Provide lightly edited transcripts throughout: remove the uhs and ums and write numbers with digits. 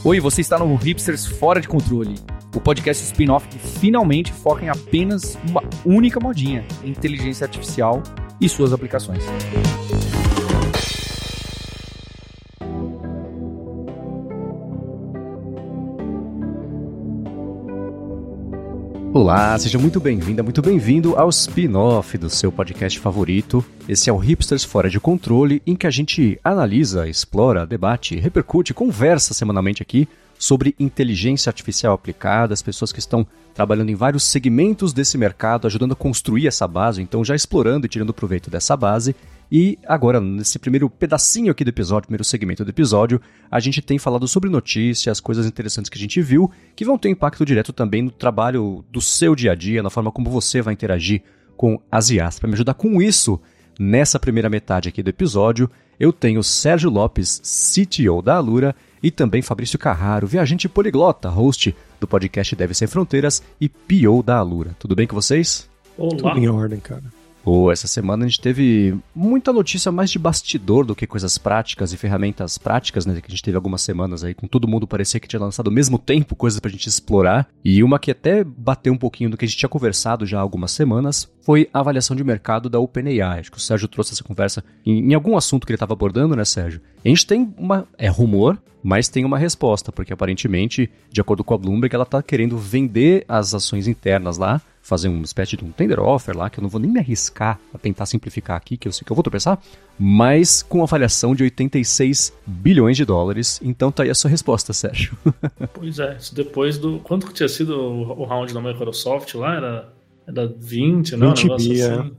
Oi, você está no Hipsters Fora de Controle, o podcast spin-off que finalmente foca em apenas uma única modinha, inteligência artificial e suas aplicações. Olá, seja muito bem-vinda, muito bem-vindo ao spin-off do seu podcast favorito. Esse é o Hipsters Fora de Controle, em que a gente analisa, explora, debate, repercute, conversa semanalmente aqui sobre inteligência artificial aplicada, as pessoas que estão trabalhando em vários segmentos desse mercado, ajudando a construir essa base, então já explorando e tirando proveito dessa base. E agora, nesse primeiro pedacinho aqui do episódio, primeiro segmento do episódio, a gente tem falado sobre notícias, coisas interessantes que a gente viu, que vão ter impacto direto também no trabalho do seu dia a dia, na forma como você vai interagir com as IAs. Para me ajudar com isso, nessa primeira metade aqui do episódio, eu tenho Sérgio Lopes, CTO da Alura, e também Fabrício Carraro, viajante poliglota, host do podcast Deve Sem Fronteiras e PO da Alura. Tudo bem com vocês? Olá. Tudo em ordem, cara. Essa semana a gente teve muita notícia mais de bastidor do que coisas práticas e ferramentas práticas, né? Que a gente teve algumas semanas aí, com todo mundo parecia que tinha lançado ao mesmo tempo coisas pra gente explorar. E uma que até bateu um pouquinho do que a gente tinha conversado já há algumas semanas foi a avaliação de mercado da OpenAI. Acho que o Sérgio trouxe essa conversa em algum assunto que ele estava abordando, né, Sérgio? A gente tem rumor, mas tem uma resposta, porque aparentemente, de acordo com a Bloomberg, ela tá querendo vender as ações internas lá, fazer uma espécie de um tender offer lá, que eu não vou nem me arriscar a tentar simplificar aqui, que eu sei que eu vou tropeçar, mas com avaliação de 86 bilhões de dólares. Então tá aí a sua resposta, Sérgio. Pois é, isso depois do... Quanto que tinha sido o round da Microsoft lá? Era 20, não? 20 bi, assim.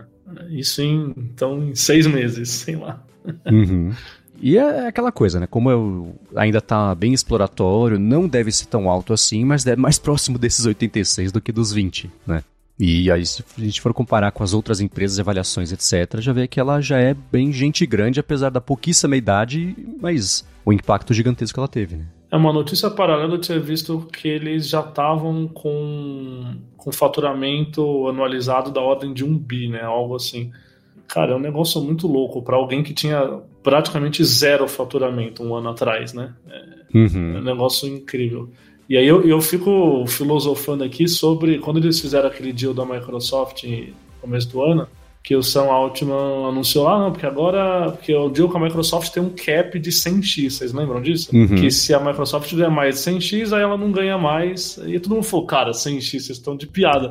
Isso em 6 meses, sei lá. Uhum. E é aquela coisa, né? Como ainda tá bem exploratório, não deve ser tão alto assim, mas é mais próximo desses 86 do que dos 20, né? E aí, se a gente for comparar com as outras empresas, avaliações, etc., já vê que ela já é bem gente grande, apesar da pouquíssima idade, mas o impacto gigantesco que ela teve, né? É uma notícia paralela, eu tinha visto que eles já estavam com faturamento anualizado da ordem de 1 bi, né? Algo assim. Cara, é um negócio muito louco para alguém que tinha praticamente zero faturamento um ano atrás, né? É um negócio incrível. E aí eu fico filosofando aqui sobre quando eles fizeram aquele deal da Microsoft no começo do ano, que o Sam Altman anunciou lá, não, porque o deal com a Microsoft tem um cap de 100x, vocês lembram disso? Que se a Microsoft tiver mais de 100x, aí ela não ganha mais, e todo mundo falou, cara, 100x, vocês estão de piada.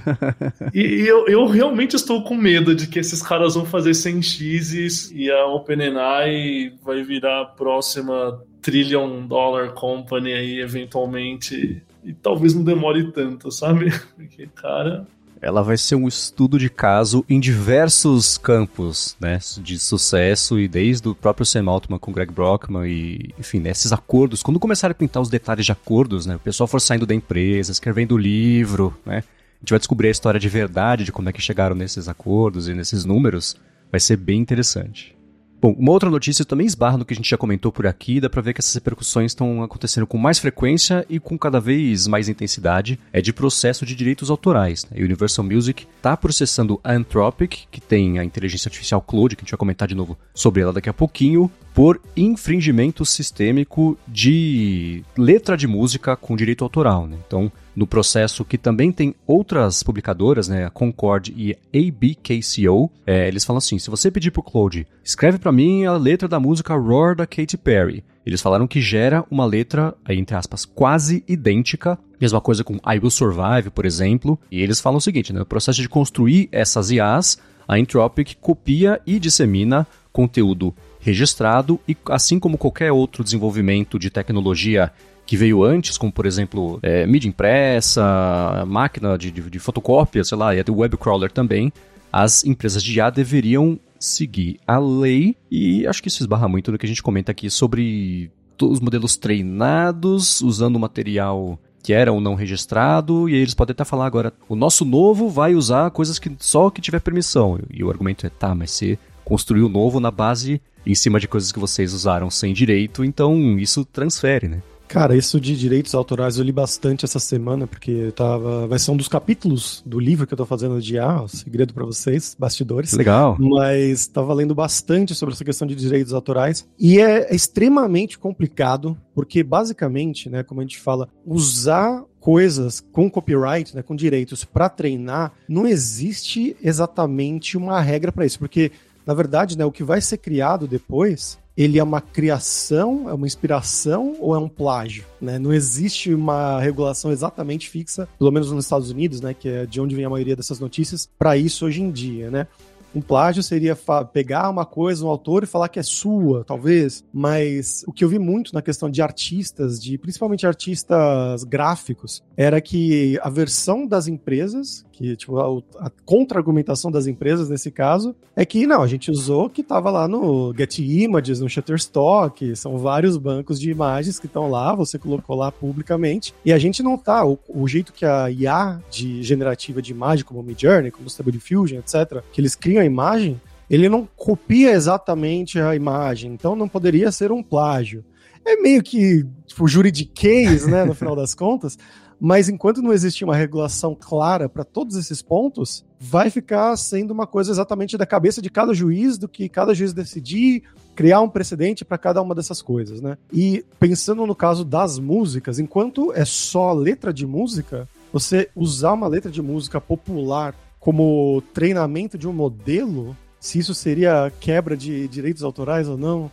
E eu realmente estou com medo de que esses caras vão fazer 100x e a OpenAI vai virar a próxima trillion dollar company aí, eventualmente, e talvez não demore tanto, sabe? Porque, cara... Ela vai ser um estudo de caso em diversos campos, né, de sucesso, e desde o próprio Sam Altman com o Greg Brockman e, enfim, né, esses acordos. Quando começarem a pintar os detalhes de acordos, né, o pessoal for saindo da empresa, escrevendo livro, né, a gente vai descobrir a história de verdade de como é que chegaram nesses acordos e nesses números, vai ser bem interessante. Bom, uma outra notícia também esbarra no que a gente já comentou por aqui, dá pra ver que essas repercussões estão acontecendo com mais frequência e com cada vez mais intensidade, é de processo de direitos autorais, né? A Universal Music está processando a Anthropic, que tem a inteligência artificial Claude, que a gente vai comentar de novo sobre ela daqui a pouquinho, por infringimento sistêmico de letra de música com direito autoral, né? Então, no processo que também tem outras publicadoras, né, a Concord e a ABKCO, eles falam assim, se você pedir pro Claude, escreve pra mim a letra da música Roar da Katy Perry, eles falaram que gera uma letra, aí, entre aspas, quase idêntica, mesma coisa com I Will Survive, por exemplo, e eles falam o seguinte, né, no processo de construir essas IAs, a Anthropic copia e dissemina conteúdo registrado e, assim como qualquer outro desenvolvimento de tecnologia que veio antes, como por exemplo mídia impressa, máquina de fotocópia, sei lá, e o web crawler também, as empresas de IA deveriam seguir a lei, e acho que isso esbarra muito no que a gente comenta aqui sobre os modelos treinados, usando material que era ou não registrado, e aí eles podem até falar agora, o nosso novo vai usar coisas que só que tiver permissão, e o argumento é, tá, mas você construiu o novo na base em cima de coisas que vocês usaram sem direito, então isso transfere, né? Cara, isso de direitos autorais eu li bastante essa semana, porque vai ser um dos capítulos do livro que eu tô fazendo de o segredo pra vocês, bastidores. Legal. Mas tava lendo bastante sobre essa questão de direitos autorais, e é extremamente complicado, porque basicamente, né, como a gente fala, usar coisas com copyright, né, com direitos para treinar, não existe exatamente uma regra para isso, porque na verdade, né, o que vai ser criado depois, ele é uma criação, é uma inspiração ou é um plágio, né? Não existe uma regulação exatamente fixa, pelo menos nos Estados Unidos, né, que é de onde vem a maioria dessas notícias, para isso hoje em dia, né? Um plágio seria pegar uma coisa, um autor, e falar que é sua, talvez. Mas o que eu vi muito na questão de artistas, principalmente artistas gráficos, era que a versão das empresas, que tipo, a contra-argumentação das empresas nesse caso, é que não, a gente usou que estava lá no Getty Images, no Shutterstock, são vários bancos de imagens que estão lá, você colocou lá publicamente, e a gente não tá, o jeito que a IA generativa de imagem, como o Midjourney, como o Stable Diffusion, etc., que eles criam a imagem, ele não copia exatamente a imagem, então não poderia ser um plágio. É meio que tipo, juridiquês, né, no final das contas, mas enquanto não existir uma regulação clara para todos esses pontos, vai ficar sendo uma coisa exatamente da cabeça de cada juiz, do que cada juiz decidir, criar um precedente para cada uma dessas coisas, né? E pensando no caso das músicas, enquanto é só letra de música, você usar uma letra de música popular como treinamento de um modelo, se isso seria quebra de direitos autorais ou não...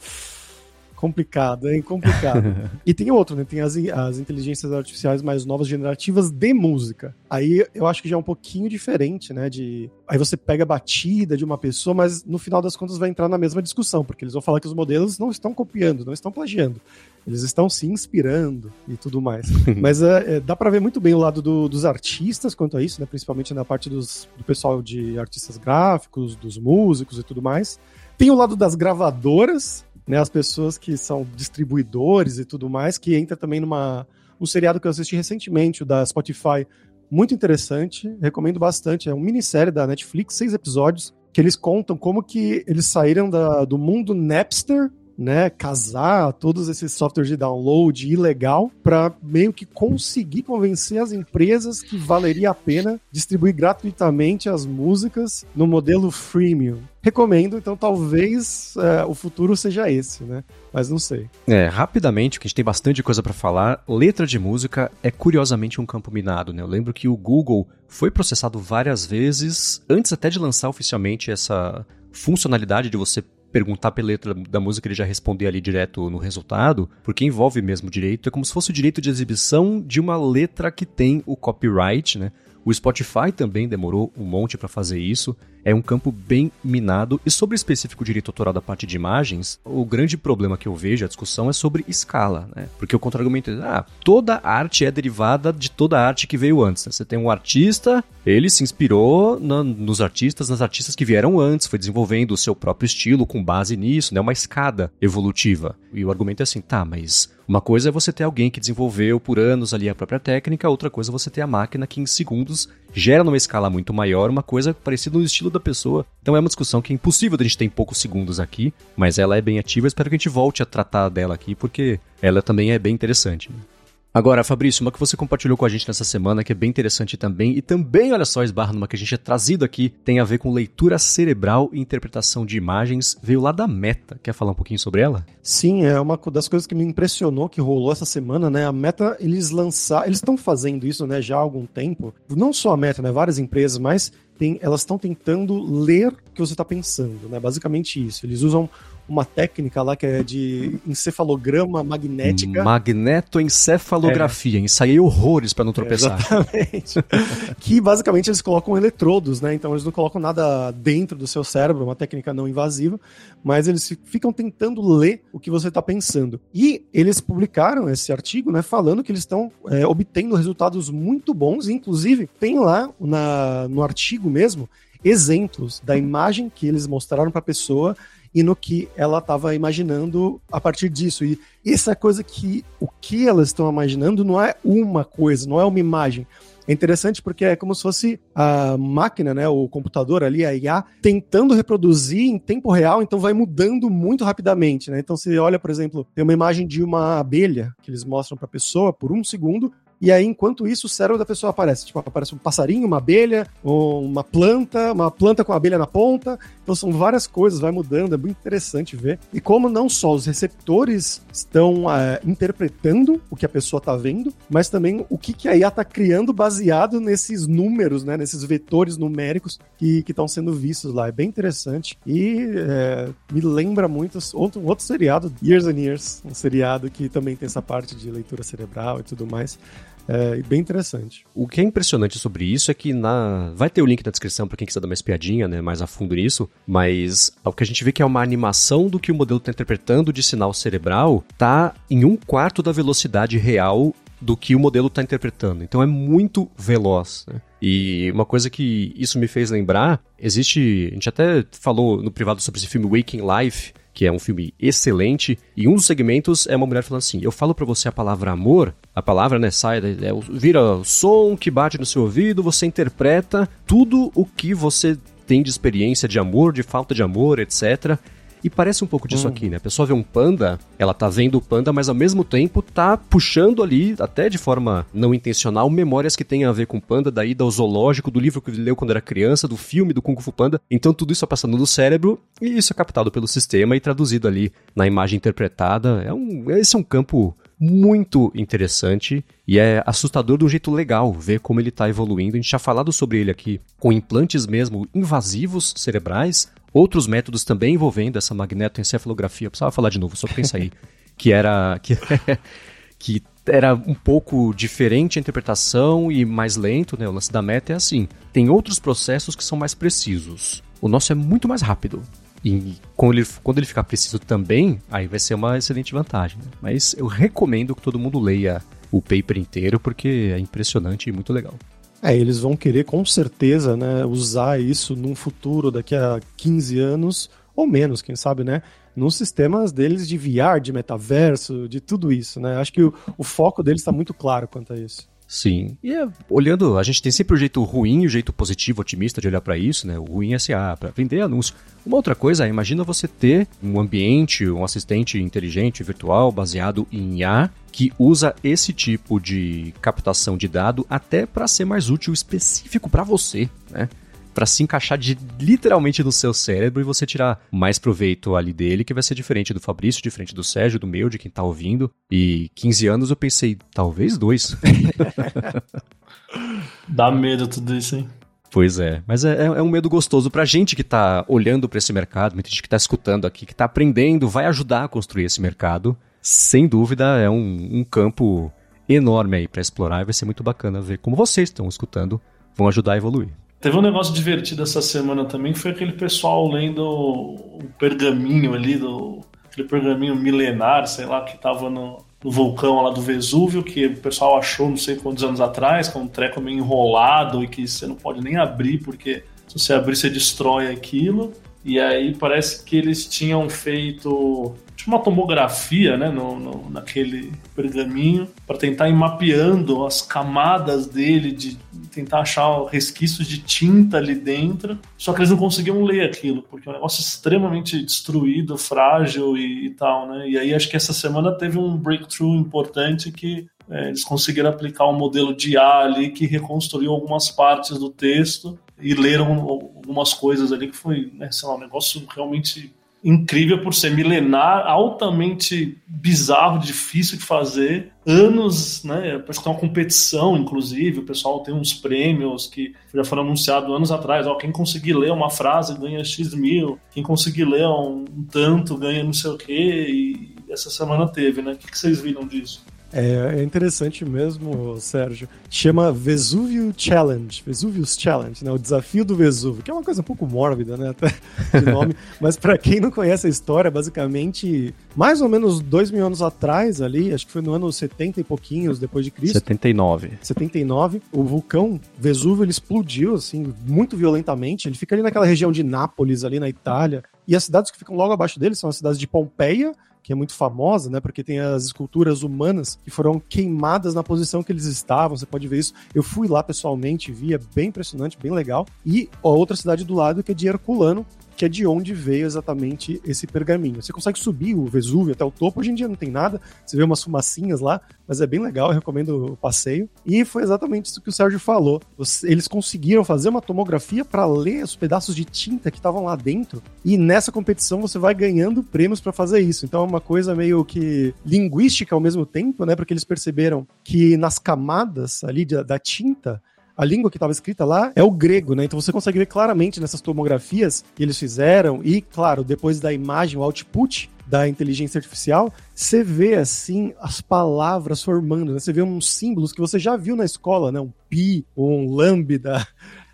Complicado, hein? Complicado. E tem outro, né? Tem as inteligências artificiais mais novas, generativas de música. Aí eu acho que já é um pouquinho diferente, né? Aí você pega a batida de uma pessoa, mas no final das contas vai entrar na mesma discussão, porque eles vão falar que os modelos não estão copiando, não estão plagiando. Eles estão se inspirando e tudo mais. Mas dá pra ver muito bem o lado dos artistas quanto a isso, né? Principalmente na parte do pessoal de artistas gráficos, dos músicos e tudo mais. Tem o lado das gravadoras, né, as pessoas que são distribuidores e tudo mais, que entra também um seriado que eu assisti recentemente, o da Spotify, muito interessante, recomendo bastante, é uma minissérie da Netflix, 6 episódios, que eles contam como que eles saíram do mundo Napster, né, casar todos esses softwares de download ilegal para meio que conseguir convencer as empresas que valeria a pena distribuir gratuitamente as músicas no modelo freemium. Recomendo, então talvez o futuro seja esse, né? Mas não sei. Rapidamente, que a gente tem bastante coisa para falar, letra de música é curiosamente um campo minado, né? Eu lembro que o Google foi processado várias vezes, antes até de lançar oficialmente essa funcionalidade de você perguntar pela letra da música, ele já responder ali direto no resultado, porque envolve mesmo direito, é como se fosse o direito de exibição de uma letra que tem o copyright, né? O Spotify também demorou um monte para fazer isso. É um campo bem minado. E sobre o específico direito autoral da parte de imagens, o grande problema que eu vejo, a discussão, é sobre escala, né? Porque o contra-argumento é, toda arte é derivada de toda arte que veio antes, né? Você tem um artista, ele se inspirou nas artistas que vieram antes, foi desenvolvendo o seu próprio estilo com base nisso, né? Uma escada evolutiva. E o argumento é assim, mas uma coisa é você ter alguém que desenvolveu por anos ali a própria técnica, outra coisa é você ter a máquina que em segundos gera numa escala muito maior uma coisa parecida no estilo da pessoa. Então é uma discussão que é impossível da gente ter em poucos segundos aqui, mas ela é bem ativa. Eu espero que a gente volte a tratar dela aqui, porque ela também é bem interessante. Agora, Fabrício, uma que você compartilhou com a gente nessa semana, que é bem interessante também, e também, olha só, esbarra numa que a gente é trazido aqui, tem a ver com leitura cerebral e interpretação de imagens, veio lá da Meta. Quer falar um pouquinho sobre ela? Sim, é uma das coisas que me impressionou, que rolou essa semana, né? A Meta, eles estão fazendo isso, né, já há algum tempo. Não só a Meta, né, várias empresas, mas elas estão tentando ler o que você está pensando, né? Basicamente isso. Eles usam uma técnica lá que é de encefalograma magnética. Magnetoencefalografia. Ensaiei horrores para não tropeçar. Exatamente. Que basicamente eles colocam eletrodos, né? Então eles não colocam nada dentro do seu cérebro, uma técnica não invasiva, mas eles ficam tentando ler o que você está pensando. E eles publicaram esse artigo, né, falando que eles estão obtendo resultados muito bons, e inclusive tem lá no artigo mesmo, exemplos da imagem que eles mostraram para a pessoa e no que ela estava imaginando a partir disso. E essa coisa que o que elas estão imaginando não é uma coisa, não é uma imagem. É interessante porque é como se fosse a máquina, né, o computador ali, a IA, tentando reproduzir em tempo real, então vai mudando muito rapidamente, né? Então você olha, por exemplo, tem uma imagem de uma abelha que eles mostram para a pessoa por 1 segundo, e aí, enquanto isso, o cérebro da pessoa aparece. Tipo, aparece um passarinho, uma abelha, uma planta com a abelha na ponta. Então são várias coisas, vai mudando, é muito interessante ver. E como não só os receptores estão interpretando o que a pessoa está vendo, mas também o que a IA está criando baseado nesses números, né, nesses vetores numéricos que estão sendo vistos lá. É bem interessante e me lembra muito outro seriado, Years and Years, um seriado que também tem essa parte de leitura cerebral e tudo mais. É bem interessante. O que é impressionante sobre isso é que vai ter o link na descrição para quem quiser dar uma espiadinha, né, mais a fundo nisso, mas o que a gente vê que é uma animação do que o modelo está interpretando de sinal cerebral tá em 1/4 da velocidade real do que o modelo está interpretando. Então é muito veloz, né? E uma coisa que isso me fez lembrar, a gente até falou no privado sobre esse filme Waking Life, que é um filme excelente, e um dos segmentos é uma mulher falando assim, eu falo pra você a palavra amor, a palavra, né, vira o som que bate no seu ouvido, você interpreta tudo o que você tem de experiência de amor, de falta de amor, etc., e parece um pouco disso aqui, né? A pessoa vê um panda, ela tá vendo o panda, mas ao mesmo tempo tá puxando ali, até de forma não intencional, memórias que tem a ver com o panda, da ida ao zoológico, do livro que ele leu quando era criança, do filme do Kung Fu Panda. Então tudo isso tá passando no cérebro e isso é captado pelo sistema e traduzido ali na imagem interpretada. Esse é um campo muito interessante e é assustador de um jeito legal ver como ele tá evoluindo. A gente já falado sobre ele aqui com implantes mesmo invasivos cerebrais, outros métodos também envolvendo essa magnetoencefalografia, eu precisava falar de novo, só pra pensar aí, que era um pouco diferente a interpretação e mais lento, né? O lance da meta é assim, tem outros processos que são mais precisos, o nosso é muito mais rápido, e quando ele ficar preciso também, aí vai ser uma excelente vantagem, né? Mas eu recomendo que todo mundo leia o paper inteiro, porque é impressionante e muito legal. Eles vão querer com certeza, né, usar isso num futuro daqui a 15 anos, ou menos, quem sabe, né, nos sistemas deles de VR, de metaverso, de tudo isso, né? Acho que o foco deles está muito claro quanto a isso. Sim, e olhando, a gente tem sempre o jeito ruim e o jeito positivo, otimista de olhar para isso, né? O ruim é para vender anúncio. Uma outra coisa, imagina você ter um ambiente, um assistente inteligente virtual baseado em IA que usa esse tipo de captação de dado até para ser mais útil, específico para você, né? Para se encaixar literalmente no seu cérebro e você tirar mais proveito ali dele, que vai ser diferente do Fabrício, diferente do Sérgio, do meu, de quem tá ouvindo. E 15 anos eu pensei, talvez 2. Dá medo tudo isso, hein? Pois é, mas é um medo gostoso pra gente que tá olhando pra esse mercado, muita gente que tá escutando aqui, que tá aprendendo, vai ajudar a construir esse mercado. Sem dúvida é um campo enorme aí pra explorar e vai ser muito bacana ver como vocês estão escutando, vão ajudar a evoluir. Teve um negócio divertido essa semana também, que foi aquele pessoal lendo o pergaminho ali, aquele pergaminho milenar, sei lá, que tava no vulcão lá do Vesúvio, que o pessoal achou não sei quantos anos atrás, com um treco meio enrolado e que você não pode nem abrir, porque se você abrir você destrói aquilo. E aí parece que eles tinham feito uma tomografia, né, naquele pergaminho para tentar ir mapeando as camadas dele, de tentar achar resquícios de tinta ali dentro, só que eles não conseguiam ler aquilo, porque é um negócio extremamente destruído, frágil e tal, né? E aí acho que essa semana teve um breakthrough importante que eles conseguiram aplicar um modelo de IA ali que reconstruiu algumas partes do texto e leram algumas coisas ali que foi, né, sei lá, um negócio realmente incrível por ser milenar, altamente bizarro, difícil de fazer, anos, né, parece que tem uma competição, inclusive, o pessoal tem uns prêmios que já foram anunciados anos atrás, quem conseguir ler uma frase ganha X mil, quem conseguir ler um tanto ganha não sei o quê, e essa semana teve, né? O que vocês viram disso? É interessante mesmo, Sérgio. Chama Vesuvius Challenge, né? O desafio do Vesúvio, que é uma coisa um pouco mórbida, né? Até de nome. Mas para quem não conhece a história, basicamente, mais ou menos 2.000 anos atrás ali, acho que foi no ano 70 e pouquinhos depois de Cristo. 79. O vulcão Vesúvio, ele explodiu, assim, muito violentamente. Ele fica ali naquela região de Nápoles, ali na Itália. E as cidades que ficam logo abaixo dele são as cidades de Pompeia, que é muito famosa, né, porque tem as esculturas humanas que foram queimadas na posição que eles estavam, você pode ver isso. Eu fui lá pessoalmente, vi, é bem impressionante, bem legal. E a outra cidade do lado, que é de Herculano, que é de onde veio exatamente esse pergaminho. Você consegue subir o Vesúvio até o topo, hoje em dia não tem nada, você vê umas fumacinhas lá, mas é bem legal, eu recomendo o passeio. E foi exatamente isso que o Sérgio falou. Eles conseguiram fazer uma tomografia para ler os pedaços de tinta que estavam lá dentro, e nessa competição você vai ganhando prêmios para fazer isso. Então é uma coisa meio que linguística ao mesmo tempo, né? Porque eles perceberam que nas camadas ali da tinta, a língua que estava escrita lá é o grego, né? Então você consegue ver claramente nessas tomografias que eles fizeram e, claro, depois da imagem, o output da inteligência artificial, você vê, assim, as palavras formando, né? Você vê uns símbolos que você já viu na escola, né? Um pi, um lambda,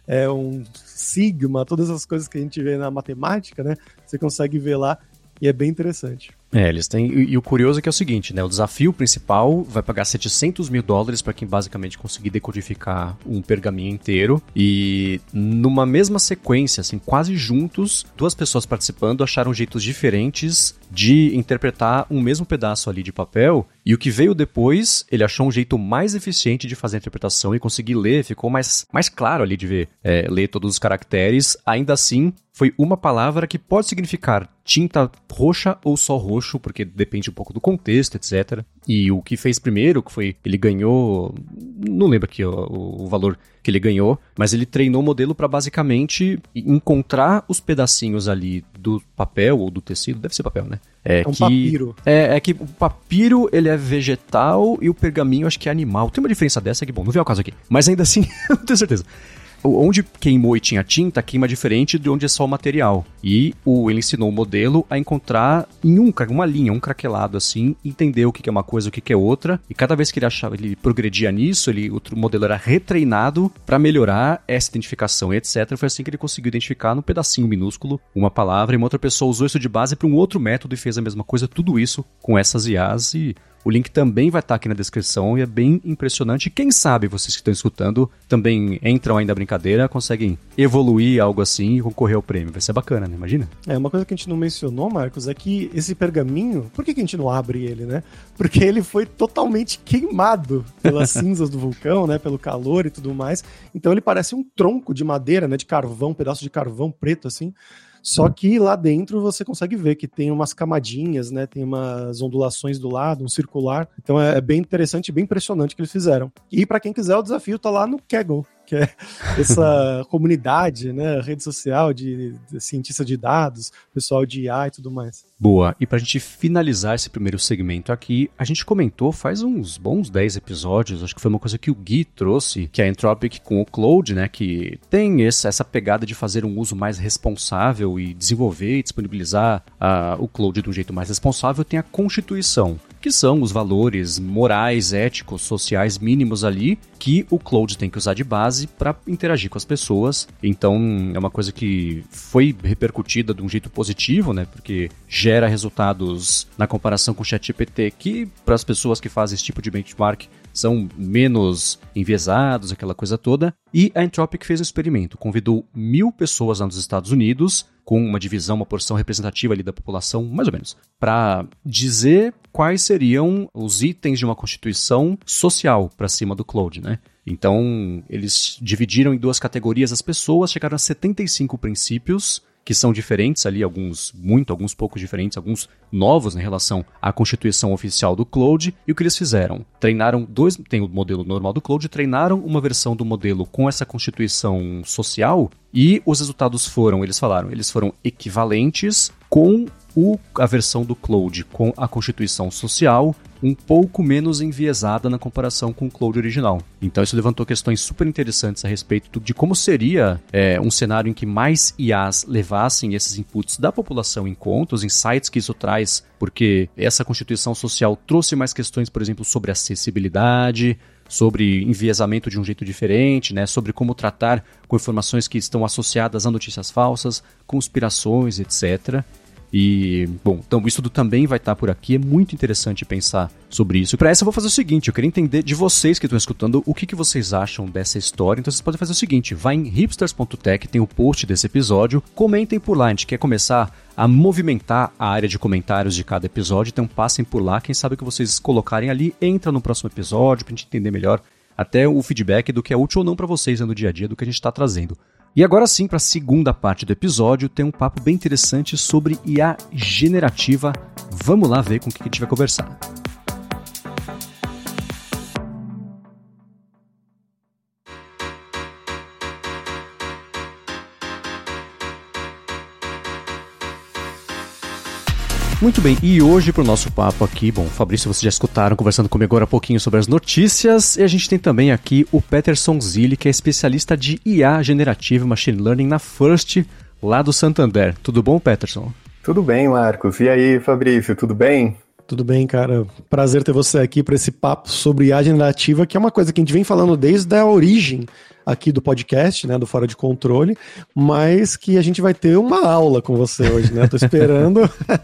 um sigma, todas as coisas que a gente vê na matemática, né? Você consegue ver lá e é bem interessante. Eles têm. E o curioso é que é o seguinte, né? O desafio principal vai pagar $700 mil para quem basicamente conseguir decodificar um pergaminho inteiro. E numa mesma sequência, assim, quase juntos, 2 pessoas participando acharam jeitos diferentes de interpretar um mesmo pedaço ali de papel. E o que veio depois, ele achou um jeito mais eficiente de fazer a interpretação e conseguir ler, ficou mais claro ali de ver, ler todos os caracteres. Ainda assim, foi uma palavra que pode significar tinta roxa ou só roxo, porque depende um pouco do contexto, etc. E o que fez primeiro, que foi, ele ganhou, não lembro aqui o valor que ele ganhou, mas ele treinou o modelo para basicamente encontrar os pedacinhos ali do papel ou do tecido, deve ser papel, né? Papiro. É que o papiro, ele é vegetal e o pergaminho acho que é animal. Tem uma diferença dessa que, bom, não vem ao caso aqui. Mas ainda assim, não tenho certeza. Onde queimou e tinha tinta, queima diferente de onde é só o material. E ele ensinou o modelo a encontrar em uma linha, um craquelado assim, entender o que é uma coisa, o que é outra. E cada vez que ele progredia nisso, o modelo era retreinado para melhorar essa identificação e etc. Foi assim que ele conseguiu identificar num pedacinho minúsculo uma palavra, e uma outra pessoa usou isso de base para um outro método e fez a mesma coisa, tudo isso com essas IAs. E o link também vai estar aqui na descrição e é bem impressionante. Quem sabe vocês que estão escutando também entram aí na brincadeira, conseguem evoluir algo assim e concorrer ao prêmio. Vai ser bacana, né? Imagina? Uma coisa que a gente não mencionou, Marcos, é que esse pergaminho, por que a gente não abre ele, né? Porque ele foi totalmente queimado pelas cinzas do vulcão, né? Pelo calor e tudo mais. Então ele parece um tronco de madeira, né? De carvão, um pedaço de carvão preto, assim. Só que lá dentro você consegue ver que tem umas camadinhas, né? Tem umas ondulações do lado, um circular. Então é bem interessante, bem impressionante o que eles fizeram. E para quem quiser, o desafio tá lá no Kaggle, que é essa comunidade, né, rede social de cientistas de dados, pessoal de IA e tudo mais. Boa, e pra gente finalizar esse primeiro segmento aqui, a gente comentou faz uns bons 10 episódios, acho que foi uma coisa que o Gui trouxe, que é a Anthropic com o Claude, né, que tem essa pegada de fazer um uso mais responsável e desenvolver e disponibilizar o Claude de um jeito mais responsável. Tem a Constituição, que são os valores morais, éticos, sociais mínimos ali, que o Claude tem que usar de base para interagir com as pessoas. Então é uma coisa que foi repercutida de um jeito positivo, né? Porque gera resultados na comparação com o ChatGPT que, para as pessoas que fazem esse tipo de benchmark, são menos enviesados, aquela coisa toda. E a Anthropic fez um experimento, convidou 1.000 pessoas lá nos Estados Unidos, com uma divisão, uma porção representativa ali da população, mais ou menos, para dizer quais seriam os itens de uma constituição social para cima do Claude, né? Então, eles dividiram em 2 categorias as pessoas, chegaram a 75 princípios, que são diferentes ali, alguns poucos diferentes, alguns novos em relação à constituição oficial do Claude. E o que eles fizeram? Treinaram tem o modelo normal do Claude, treinaram uma versão do modelo com essa constituição social, e os resultados foram equivalentes com a versão do Claude com a Constituição Social um pouco menos enviesada na comparação com o Claude original. Então isso levantou questões super interessantes a respeito de como seria um cenário em que mais IAs levassem esses inputs da população em conta, os insights que isso traz, porque essa Constituição Social trouxe mais questões, por exemplo, sobre acessibilidade, sobre enviesamento de um jeito diferente, né, sobre como tratar com informações que estão associadas a notícias falsas, conspirações, etc. E, bom, então isso também vai estar por aqui, é muito interessante pensar sobre isso. E para essa eu vou fazer o seguinte, eu queria entender de vocês que estão escutando o que vocês acham dessa história. Então vocês podem fazer o seguinte, vai em hipsters.tech, tem o post desse episódio, comentem por lá, a gente quer começar a movimentar a área de comentários de cada episódio, então passem por lá, quem sabe o que vocês colocarem ali, entra no próximo episódio pra gente entender melhor até o feedback do que é útil ou não para vocês no dia a dia do que a gente está trazendo. E agora sim, para a segunda parte do episódio, tem um papo bem interessante sobre IA generativa. Vamos lá ver com o que a gente vai conversar. Muito bem, e hoje para o nosso papo aqui, bom, Fabrício, vocês já escutaram conversando comigo agora um pouquinho sobre as notícias, e a gente tem também aqui o Peterson Zilli, que é especialista de IA generativa e Machine Learning na First, lá do Santander. Tudo bom, Peterson? Tudo bem, Marcos. E aí, Fabrício, tudo bem? Tudo bem, cara. Prazer ter você aqui para esse papo sobre IA generativa, que é uma coisa que a gente vem falando desde a origem aqui do podcast, né, do Fora de Controle, mas que a gente vai ter uma aula com você hoje, né? Tô esperando.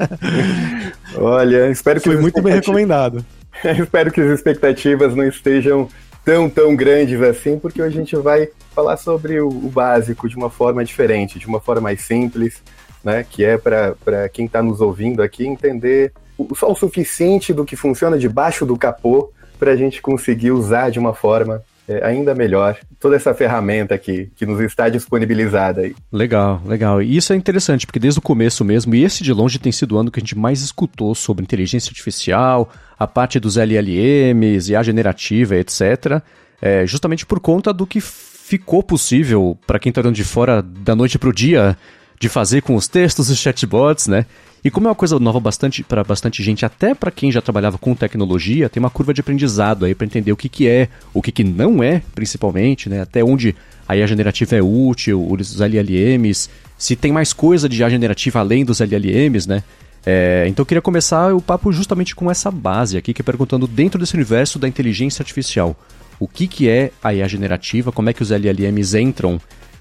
Olha, espero que foi muito bem recomendado. Espero que as expectativas não estejam tão grandes assim, porque hoje a gente vai falar sobre o básico de uma forma diferente, de uma forma mais simples, né? Que é para quem está nos ouvindo aqui entender só o suficiente do que funciona debaixo do capô para a gente conseguir usar de uma forma ainda melhor toda essa ferramenta que nos está disponibilizada aí. Legal. E isso é interessante, porque desde o começo mesmo, e esse de longe tem sido o ano que a gente mais escutou sobre inteligência artificial, a parte dos LLMs, IA generativa, etc., justamente por conta do que ficou possível para quem está olhando de fora da noite para o dia de fazer com os textos, os chatbots, né? E como é uma coisa nova para bastante gente, até para quem já trabalhava com tecnologia, tem uma curva de aprendizado aí para entender o que é, o que não é, principalmente, né? Até onde a IA generativa é útil, os LLMs, se tem mais coisa de IA generativa além dos LLMs, né? Então eu queria começar o papo justamente com essa base aqui, que é perguntando dentro desse universo da inteligência artificial, o que é a IA generativa, como é que os LLMs entram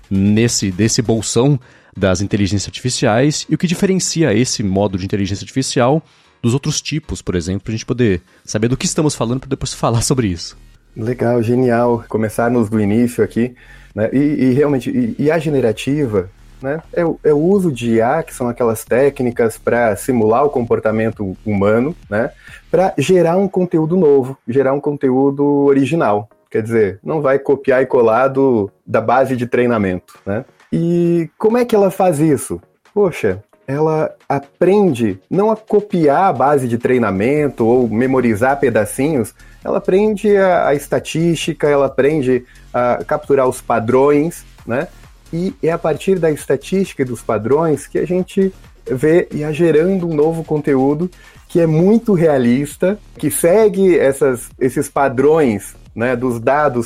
desse bolsão das inteligências artificiais e o que diferencia esse modo de inteligência artificial dos outros tipos, por exemplo, para a gente poder saber do que estamos falando para depois falar sobre isso. Legal, genial. Começarmos do início aqui, né? E realmente, IA generativa, né? É o uso de IA, que são aquelas técnicas para simular o comportamento humano, né? Para gerar um conteúdo novo, gerar um conteúdo original. Quer dizer, não vai copiar e colar da base de treinamento, né? E como é que ela faz isso? Poxa, ela aprende não a copiar a base de treinamento ou memorizar pedacinhos, ela aprende a estatística, ela aprende a capturar os padrões, né? E é a partir da estatística e dos padrões que a gente vê IA gerando um novo conteúdo que é muito realista, que segue esses padrões, né, dos dados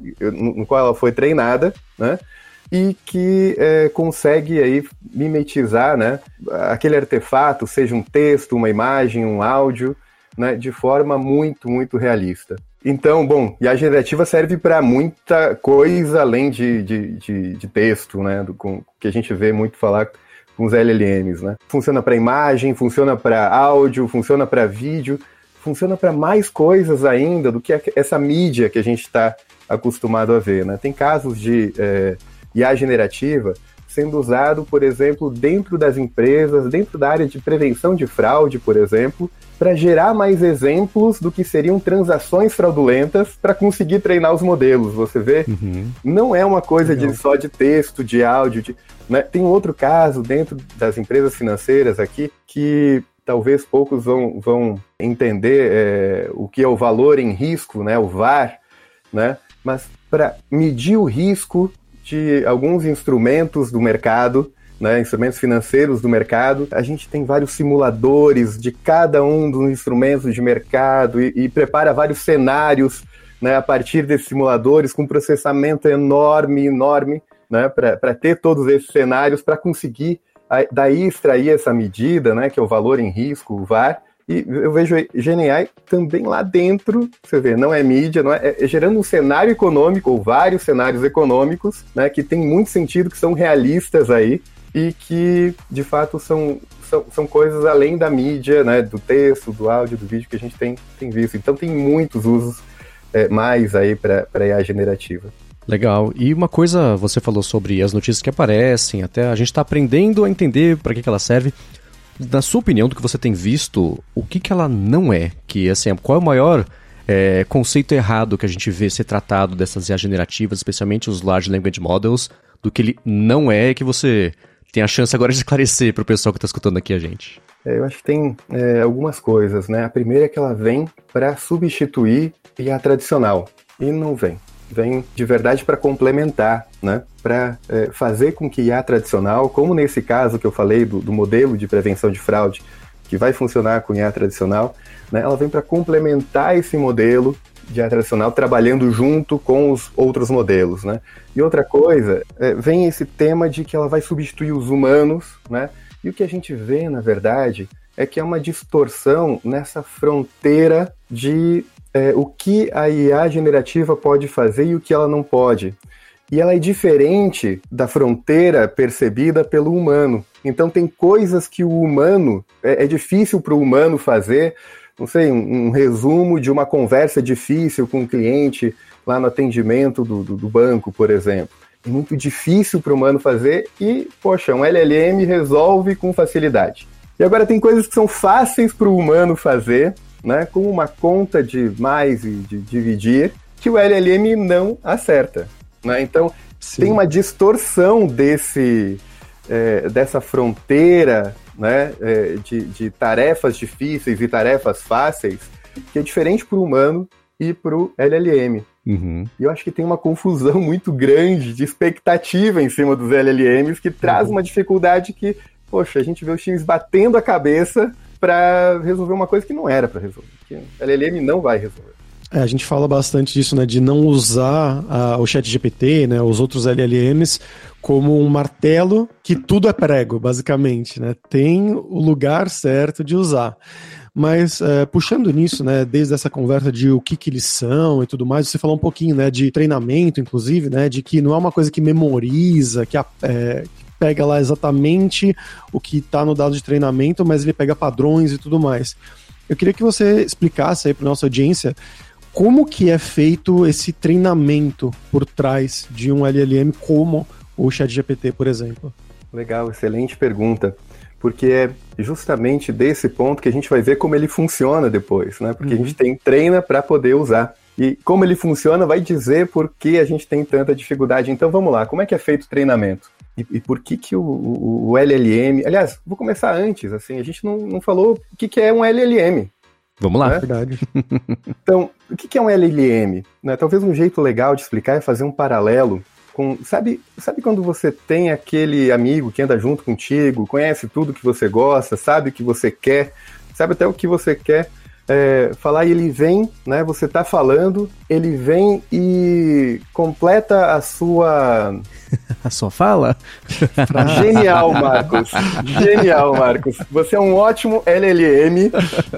no qual ela foi treinada, né? E que consegue aí mimetizar, né, aquele artefato, seja um texto, uma imagem, um áudio, né, de forma muito, muito realista. Então, bom, IA generativa serve para muita coisa além de texto, né, que a gente vê muito falar com os LLMs, né. Funciona para imagem, funciona para áudio, funciona para vídeo, funciona para mais coisas ainda do que essa mídia que a gente está acostumado a ver, né. Tem casos de IA generativa sendo usado, por exemplo, dentro das empresas, dentro da área de prevenção de fraude, por exemplo, para gerar mais exemplos do que seriam transações fraudulentas para conseguir treinar os modelos, você vê? Uhum. Não é uma coisa só de texto, de áudio, né? Tem um outro caso dentro das empresas financeiras aqui que talvez poucos vão entender o que é o valor em risco, né? O VAR, né? Mas para medir o risco de alguns instrumentos do mercado, né, instrumentos financeiros do mercado. A gente tem vários simuladores de cada um dos instrumentos de mercado e prepara vários cenários, né, a partir desses simuladores, com processamento enorme, né, para ter todos esses cenários, para conseguir daí extrair essa medida, né, que é o valor em risco, o VaR. E eu vejo GenAI também lá dentro, você vê, não é mídia, é gerando um cenário econômico, ou vários cenários econômicos, né, que tem muito sentido, que são realistas aí, e que, de fato, são coisas além da mídia, né, do texto, do áudio, do vídeo que a gente tem visto. Então tem muitos usos mais aí para IA generativa. Legal. E uma coisa, você falou sobre as notícias que aparecem, até a gente está aprendendo a entender para que ela serve. Na sua opinião, do que você tem visto, o que ela não é? Que, assim, qual é o maior conceito errado que a gente vê ser tratado dessas IA generativas, especialmente os Large Language Models, do que ele não é, que você tem a chance agora de esclarecer para o pessoal que está escutando aqui a gente? Eu acho que tem algumas coisas, né? A primeira é que ela vem para substituir IA tradicional, e não vem. Vem de verdade para complementar, né? Para fazer com que IA tradicional, como nesse caso que eu falei do modelo de prevenção de fraude, que vai funcionar com IA tradicional, né? Ela vem para complementar esse modelo de IA tradicional, trabalhando junto com os outros modelos, né? E outra coisa, vem esse tema de que ela vai substituir os humanos, né? E o que a gente vê, na verdade, é que é uma distorção nessa fronteira de o que a IA generativa pode fazer e o que ela não pode. E ela é diferente da fronteira percebida pelo humano. Então tem coisas que o humano, é difícil para o humano fazer, não sei, um resumo de uma conversa difícil com um cliente lá no atendimento do banco, por exemplo. É muito difícil para o humano fazer e, poxa, um LLM resolve com facilidade. E agora tem coisas que são fáceis para o humano fazer, né, como uma conta de mais e de dividir, que o LLM não acerta, né? Então, sim, tem uma distorção dessa fronteira, né, de tarefas difíceis e tarefas fáceis, que é diferente para o humano e para o LLM. Uhum. E eu acho que tem uma confusão muito grande de expectativa em cima dos LLMs, que traz uma dificuldade que, poxa, a gente vê os times batendo a cabeça para resolver uma coisa que não era para resolver, que o LLM não vai resolver. A gente fala bastante disso, né, de não usar o ChatGPT, né, os outros LLMs, como um martelo que tudo é prego, basicamente, né? Tem o lugar certo de usar. Mas puxando nisso, né, desde essa conversa de o que eles são e tudo mais, você falou um pouquinho, né, de treinamento, inclusive, né, de que não é uma coisa que memoriza, que pega lá exatamente o que está no dado de treinamento, mas ele pega padrões e tudo mais. Eu queria que você explicasse aí para nossa audiência como que é feito esse treinamento por trás de um LLM como o ChatGPT, por exemplo. Legal, excelente pergunta, porque é justamente desse ponto que a gente vai ver como ele funciona depois, né? Porque a gente treina para poder usar. E como ele funciona vai dizer por que a gente tem tanta dificuldade. Então vamos lá, como é que é feito o treinamento? E por que o LLM... Aliás, vou começar antes, assim, a gente não falou o que é um LLM. Vamos lá. Né? Verdade. Então, o que é um LLM? Né? Talvez um jeito legal de explicar é fazer um paralelo com... Sabe quando você tem aquele amigo que anda junto contigo, conhece tudo que você gosta, sabe o que você quer, sabe até o que você quer falar, e ele vem, né? Você tá falando, ele vem e completa a sua... A sua fala? Genial, Marcos. Genial, Marcos. Você é um ótimo LLM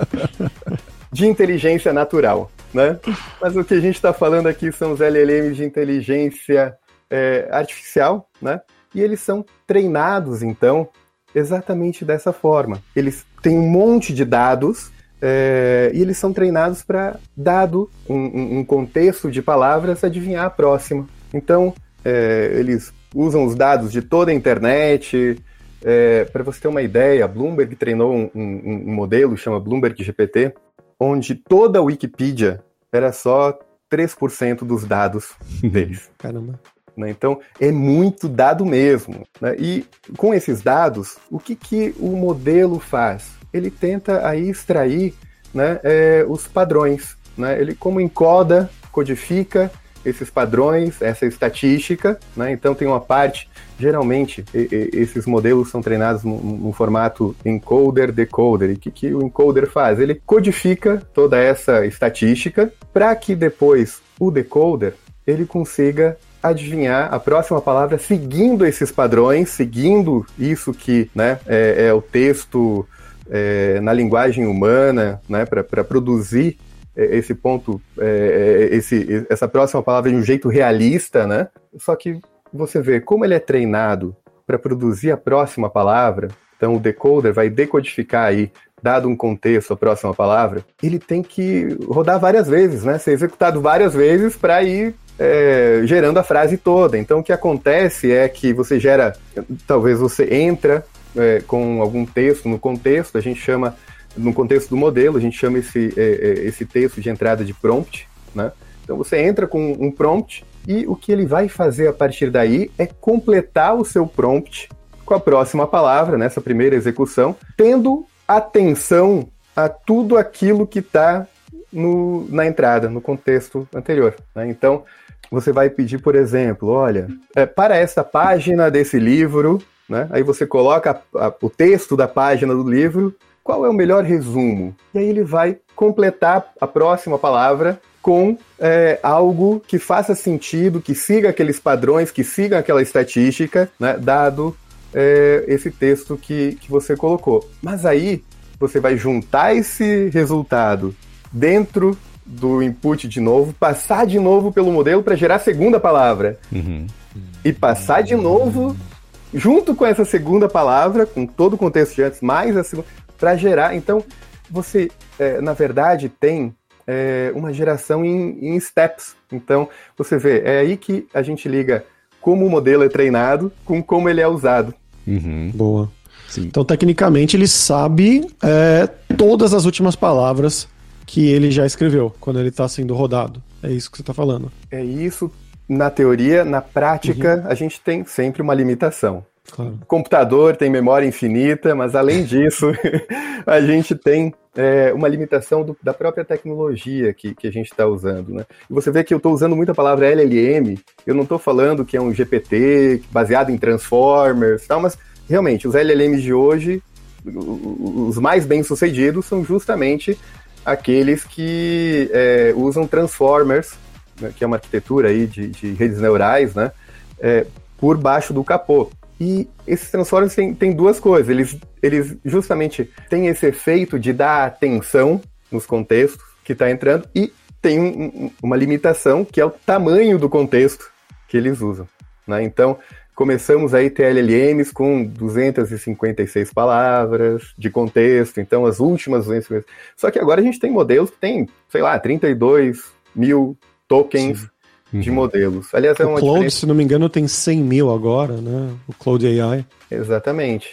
de inteligência natural, né? Mas o que a gente está falando aqui são os LLMs de inteligência artificial, né? E eles são treinados, então, exatamente dessa forma. Eles têm um monte de dados e eles são treinados para, dado um contexto de palavras, adivinhar a próxima. Então, eles usam os dados de toda a internet. Para você ter uma ideia, a Bloomberg treinou um modelo, chama Bloomberg GPT, onde toda a Wikipedia era só 3% dos dados deles. Caramba. Então, é muito dado mesmo, né? E com esses dados, o que o modelo faz? Ele tenta aí extrair, né, os padrões, né? Ele como encoda, codifica, esses padrões, essa estatística, né? Então tem uma parte, geralmente, esses modelos são treinados no formato encoder-decoder. E o que o encoder faz? Ele codifica toda essa estatística para que depois o decoder ele consiga adivinhar a próxima palavra seguindo esses padrões, seguindo isso que, né, é o texto na linguagem humana, né, para produzir esse ponto, essa próxima palavra de um jeito realista, né? Só que você vê como ele é treinado para produzir a próxima palavra. Então o decoder vai decodificar aí, dado um contexto, a próxima palavra. Ele tem que rodar várias vezes, né? Ser executado várias vezes para ir gerando a frase toda. Então o que acontece é que você gera, talvez você entra com algum texto no contexto, a gente chama, no contexto do modelo, a gente chama esse texto de entrada de prompt, né? Então você entra com um prompt e o que ele vai fazer a partir daí é completar o seu prompt com a próxima palavra, nessa primeira execução, tendo atenção a tudo aquilo que está na entrada, no contexto anterior, né? Então você vai pedir, por exemplo, olha, para esta página desse livro, né? Aí você coloca o texto da página do livro, qual é o melhor resumo? E aí ele vai completar a próxima palavra com algo que faça sentido, que siga aqueles padrões, que siga aquela estatística, né, dado esse texto que você colocou. Mas aí você vai juntar esse resultado dentro do input de novo, passar de novo pelo modelo para gerar a segunda palavra. Uhum. E passar de novo, junto com essa segunda palavra, com todo o contexto de antes, mais a segunda, para gerar. Então, você, na verdade, tem uma geração em steps. Então, você vê, é aí que a gente liga como o modelo é treinado com como ele é usado. Uhum. Boa. Sim. Então, tecnicamente, ele sabe todas as últimas palavras que ele já escreveu quando ele está sendo rodado. É isso que você está falando. É isso, na teoria. Na prática, a gente tem sempre uma limitação. Claro. O computador tem memória infinita, mas além disso, a gente tem uma limitação da própria tecnologia que a gente está usando, né? E você vê que eu estou usando muito a palavra LLM, eu não estou falando que é um GPT baseado em Transformers e tal, mas realmente os LLMs de hoje, os mais bem-sucedidos, são justamente aqueles que usam Transformers, né, que é uma arquitetura aí de redes neurais, né, por baixo do capô. E esses Transformers têm duas coisas, eles justamente têm esse efeito de dar atenção nos contextos que está entrando e tem uma limitação que é o tamanho do contexto que eles usam, né? Então, começamos aí a ter LLMs com 256 palavras de contexto, então as últimas 256. Só que agora a gente tem modelos que tem, sei lá, 32 mil tokens de modelos. Aliás, o Claude, se não me engano, tem 100 mil agora, né? O Claude AI. Exatamente.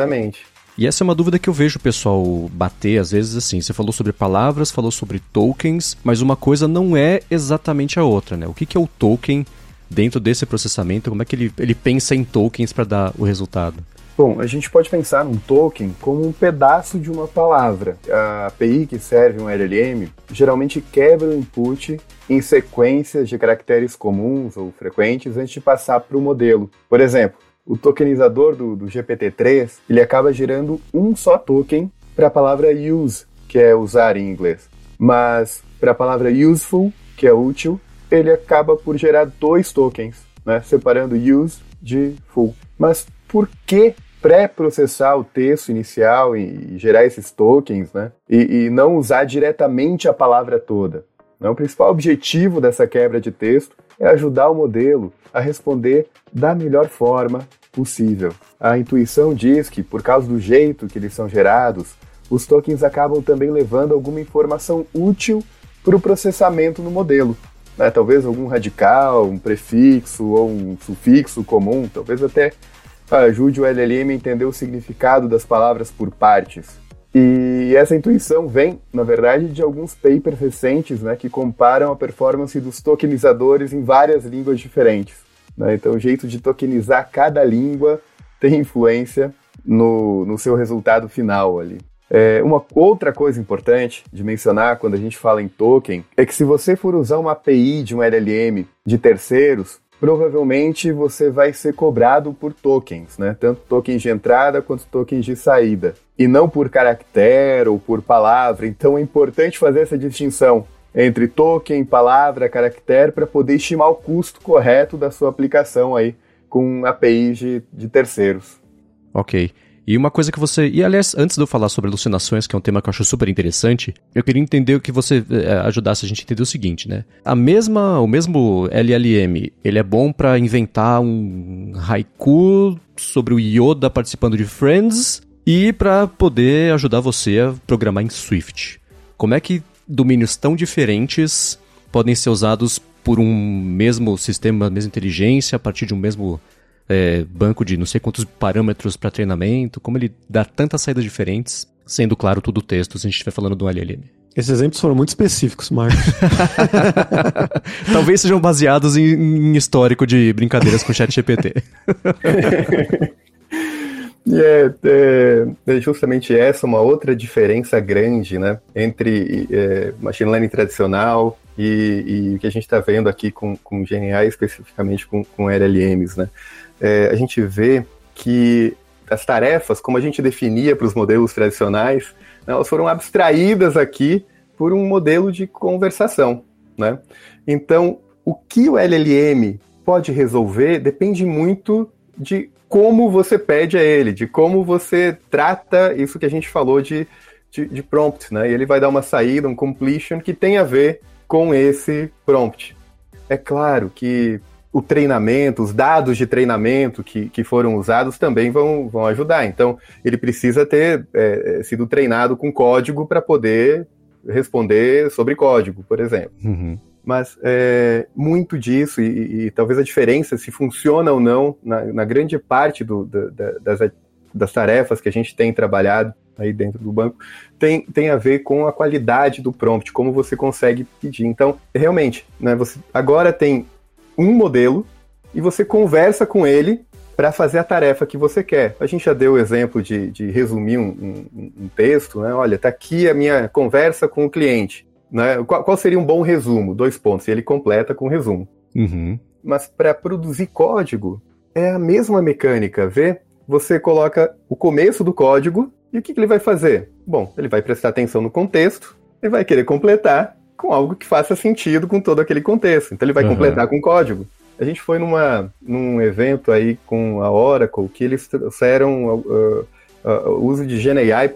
E essa é uma dúvida que eu vejo o pessoal bater, às vezes, assim, você falou sobre palavras, falou sobre tokens, mas uma coisa não é exatamente a outra, né? O que é o token dentro desse processamento? Como é que ele pensa em tokens para dar o resultado? Bom, a gente pode pensar num token como um pedaço de uma palavra. A API que serve um LLM geralmente quebra o input em sequências de caracteres comuns ou frequentes antes de passar para o modelo. Por exemplo, o tokenizador do GPT-3, ele acaba gerando um só token para a palavra use, que é usar em inglês. Mas para a palavra useful, que é útil, ele acaba por gerar 2 tokens, né, separando use de full. Mas por que pré-processar o texto inicial e gerar esses tokens, né, e não usar diretamente a palavra toda? O principal objetivo dessa quebra de texto é ajudar o modelo a responder da melhor forma possível. A intuição diz que, por causa do jeito que eles são gerados, os tokens acabam também levando alguma informação útil para o processamento no modelo, né? Talvez algum radical, um prefixo ou um sufixo comum, talvez até ajude o LLM a entender o significado das palavras por partes. E essa intuição vem, na verdade, de alguns papers recentes, né, que comparam a performance dos tokenizadores em várias línguas diferentes, né? Então, o jeito de tokenizar cada língua tem influência no seu resultado final ali. Uma outra coisa importante de mencionar quando a gente fala em token é que se você for usar uma API de um LLM de terceiros, provavelmente você vai ser cobrado por tokens, né? Tanto tokens de entrada quanto tokens de saída. E não por caractere ou por palavra. Então é importante fazer essa distinção entre token, palavra, caractere, para poder estimar o custo correto da sua aplicação aí com APIs de terceiros. Ok. E uma coisa que você... E, aliás, antes de eu falar sobre alucinações, que é um tema que eu acho super interessante, eu queria entender o que você ajudasse a gente a entender o seguinte, né? O mesmo LLM, ele é bom para inventar um haiku sobre o Yoda participando de Friends e para poder ajudar você a programar em Swift. Como é que domínios tão diferentes podem ser usados por um mesmo sistema, mesma inteligência, a partir de um mesmo... banco de não sei quantos parâmetros para treinamento, como ele dá tantas saídas diferentes, sendo claro tudo o texto, se a gente estiver falando de um LLM. Esses exemplos foram muito específicos, Marcos. Talvez sejam baseados em histórico de brincadeiras com o ChatGPT. É justamente essa uma outra diferença grande, né, entre machine learning tradicional e o que a gente está vendo aqui com GenAI, especificamente com LLMs, né? A gente vê que as tarefas, como a gente definia para os modelos tradicionais, né, elas foram abstraídas aqui por um modelo de conversação, né? Então, o que o LLM pode resolver depende muito de como você pede a ele, de como você trata isso que a gente falou de prompt, né? E ele vai dar uma saída, um completion que tem a ver com esse prompt. É claro que o treinamento, os dados de treinamento que foram usados também vão ajudar. Então, ele precisa ter sido treinado com código para poder responder sobre código, por exemplo. Uhum. Mas muito disso, e talvez a diferença, se funciona ou não, na grande parte das tarefas que a gente tem trabalhado aí dentro do banco, tem a ver com a qualidade do prompt, como você consegue pedir. Então, realmente, né, você agora tem um modelo e você conversa com ele para fazer a tarefa que você quer. A gente já deu o exemplo de resumir um texto, né? Olha, está aqui a minha conversa com o cliente. Né? Qual seria um bom resumo? 2 pontos. E ele completa com o resumo. Uhum. Mas para produzir código, é a mesma mecânica. Vê? Você coloca o começo do código e o que ele vai fazer? Bom, ele vai prestar atenção no contexto e vai querer completar com algo que faça sentido com todo aquele contexto. Então ele vai completar com código. A gente foi num evento aí com a Oracle que eles trouxeram o uso de GenAI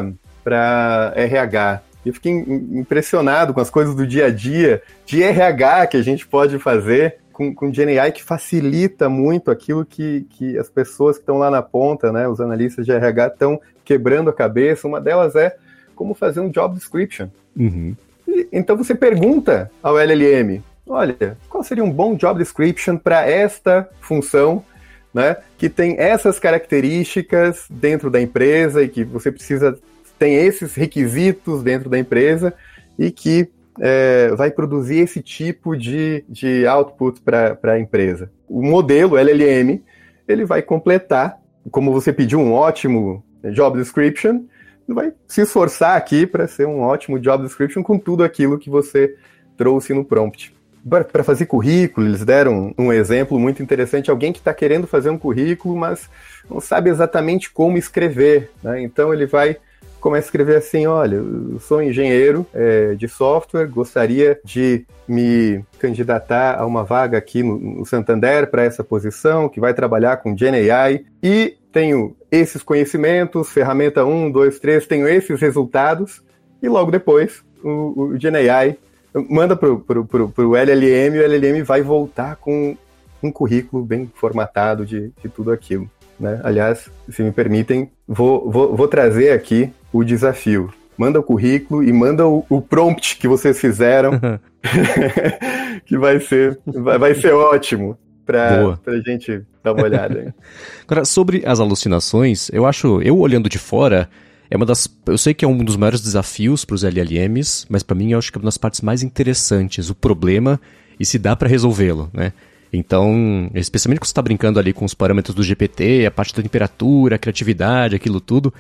para RH. E eu fiquei impressionado com as coisas do dia a dia de RH que a gente pode fazer com GenAI, que facilita muito aquilo que as pessoas que estão lá na ponta, né, os analistas de RH, estão quebrando a cabeça. Uma delas é como fazer um job description. Uhum. Então você pergunta ao LLM, olha, qual seria um bom job description para esta função, né, que tem essas características dentro da empresa e que você precisa, tem esses requisitos dentro da empresa e que vai produzir esse tipo de output para a empresa. O modelo LLM, ele vai completar, como você pediu um ótimo job description, vai se esforçar aqui para ser um ótimo job description com tudo aquilo que você trouxe no prompt. Para fazer currículo, eles deram um exemplo muito interessante, alguém que está querendo fazer um currículo, mas não sabe exatamente como escrever, né? Então ele começa a escrever assim, olha, eu sou engenheiro de software, gostaria de me candidatar a uma vaga aqui no Santander para essa posição, que vai trabalhar com GenAI, e tenho esses conhecimentos, ferramenta 1, 2, 3, tenho esses resultados, e logo depois o GenAI manda pro LLM, e o LLM vai voltar com um currículo bem formatado de tudo aquilo, né? Aliás, se me permitem, vou trazer aqui o desafio. Manda o currículo e manda o prompt que vocês fizeram, que vai ser ótimo pra gente dar uma olhada. Agora, sobre as alucinações, eu olhando de fora, eu sei que é um dos maiores desafios para os LLMs, mas para mim eu acho que é uma das partes mais interessantes, o problema e se dá para resolvê-lo, né? Então, especialmente quando você está brincando ali com os parâmetros do GPT, a parte da temperatura, a criatividade, aquilo tudo,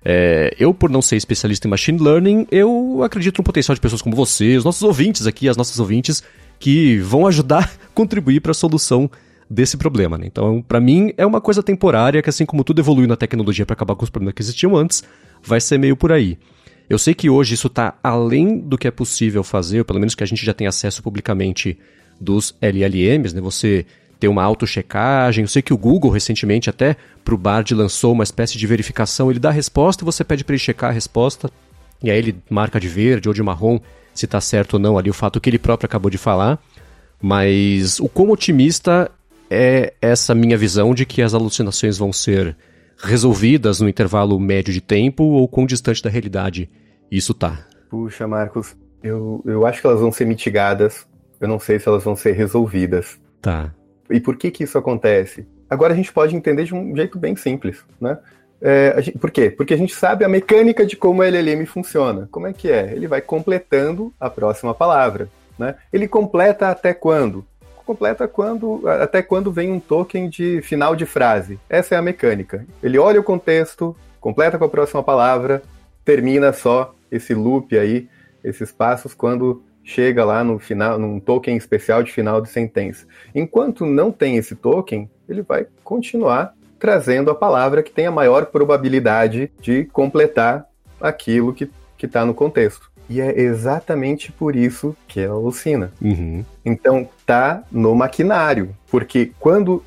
Eu, por não ser especialista em machine learning, eu acredito no potencial de pessoas como você, os nossos ouvintes aqui, as nossas ouvintes, que vão ajudar a contribuir para a solução desse problema, né? Então, para mim, é uma coisa temporária, que assim como tudo evoluiu na tecnologia para acabar com os problemas que existiam antes, vai ser meio por aí. Eu sei que hoje isso está além do que é possível fazer, ou pelo menos que a gente já tem acesso publicamente dos LLMs, né? Você ter uma auto-checagem. Eu sei que o Google, recentemente, até para o Bard lançou uma espécie de verificação. Ele dá a resposta e você pede para ele checar a resposta. E aí ele marca de verde ou de marrom se está certo ou não ali o fato que ele próprio acabou de falar. Mas o quão otimista é essa minha visão de que as alucinações vão ser resolvidas no intervalo médio de tempo ou quão distante da realidade isso tá? Puxa, Marcos, eu acho que elas vão ser mitigadas. Eu não sei se elas vão ser resolvidas. Tá. E por que isso acontece? Agora a gente pode entender de um jeito bem simples, né? Por quê? Porque a gente sabe a mecânica de como o LLM funciona. Como é que é? Ele vai completando a próxima palavra, né? Ele completa até quando? Completa até quando vem um token de final de frase. Essa é a mecânica. Ele olha o contexto, completa com a próxima palavra, termina só esse loop aí, esses passos, quando chega lá no final, num token especial de final de sentença. Enquanto não tem esse token, ele vai continuar trazendo a palavra que tem a maior probabilidade de completar aquilo que está no contexto. E é exatamente por isso que ela alucina. Uhum. Então, tá no maquinário. Porque quando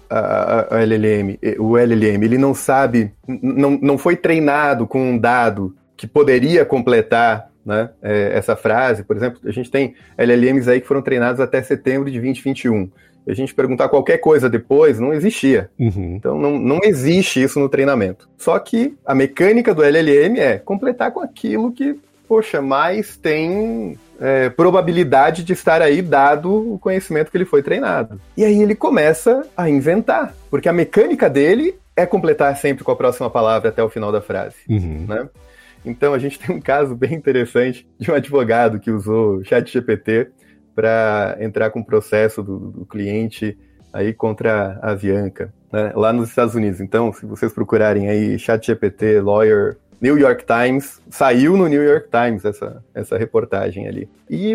o LLM ele não sabe, não foi treinado com um dado que poderia completar, né, essa frase. Por exemplo, a gente tem LLMs aí que foram treinados até setembro de 2021. Se a gente perguntar qualquer coisa depois, não existia. Uhum. Então não existe isso no treinamento. Só que a mecânica do LLM é completar com aquilo que, poxa, mais tem probabilidade de estar aí dado o conhecimento que ele foi treinado. E aí ele começa a inventar, porque a mecânica dele é completar sempre com a próxima palavra até o final da frase, Uhum. né? Então a gente tem um caso bem interessante de um advogado que usou o ChatGPT para entrar com o processo do cliente aí contra a Avianca, né, lá nos Estados Unidos. Então, se vocês procurarem aí ChatGPT Lawyer New York Times, saiu no New York Times essa reportagem ali. E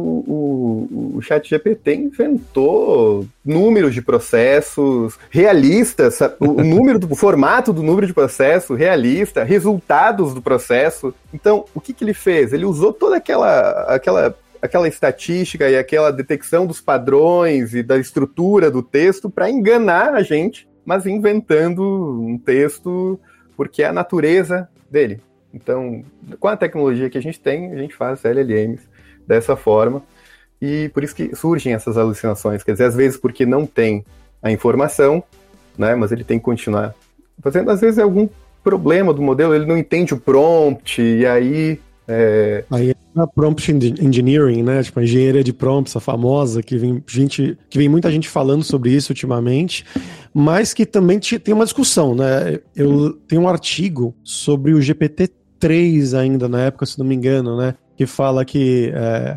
o ChatGPT inventou números de processos realistas, o formato do número de processo realista, resultados do processo. Então, o que ele fez? Ele usou toda aquela estatística e aquela detecção dos padrões e da estrutura do texto para enganar a gente, mas inventando um texto porque é a natureza dele. Então, com a tecnologia que a gente tem, a gente faz LLMs dessa forma, e por isso que surgem essas alucinações. Quer dizer, às vezes porque não tem a informação, né, mas ele tem que continuar fazendo. Às vezes é algum problema do modelo, ele não entende o prompt, e aí... Aí é a prompt engineering, né? Tipo, a engenharia de prompts, a famosa, que vem muita gente falando sobre isso ultimamente, mas que também tem uma discussão, né? Eu tenho um artigo sobre o GPT-3 ainda, na época, se não me engano, né? Que fala que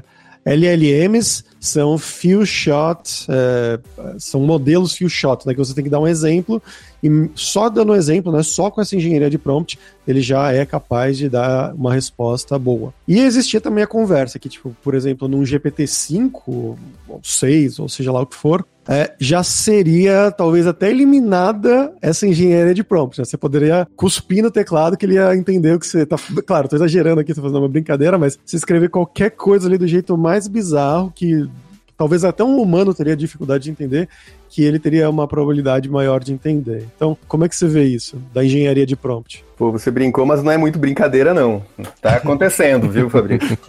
LLMs são few shot, são modelos few shot, né? Que você tem que dar um exemplo e só dando um exemplo, né? Só com essa engenharia de prompt, ele já é capaz de dar uma resposta boa. E existia também a conversa que, tipo, por exemplo, num GPT-5 ou 6, ou seja lá o que for, já seria talvez até eliminada essa engenharia de prompt, né? Você poderia cuspir no teclado que ele ia entender o que você tá... Claro, tô exagerando aqui, tô fazendo uma brincadeira, mas se escrever qualquer coisa ali do jeito mais bizarro, que talvez até um humano teria dificuldade de entender, que ele teria uma probabilidade maior de entender. Então, como é que você vê isso, da engenharia de prompt? Pô, você brincou, mas não é muito brincadeira, não. Tá acontecendo, viu, Fabrício?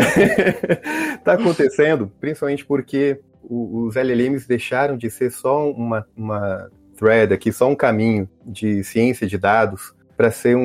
Tá acontecendo, principalmente porque os LLMs deixaram de ser só uma thread aqui, só um caminho de ciência de dados, para ser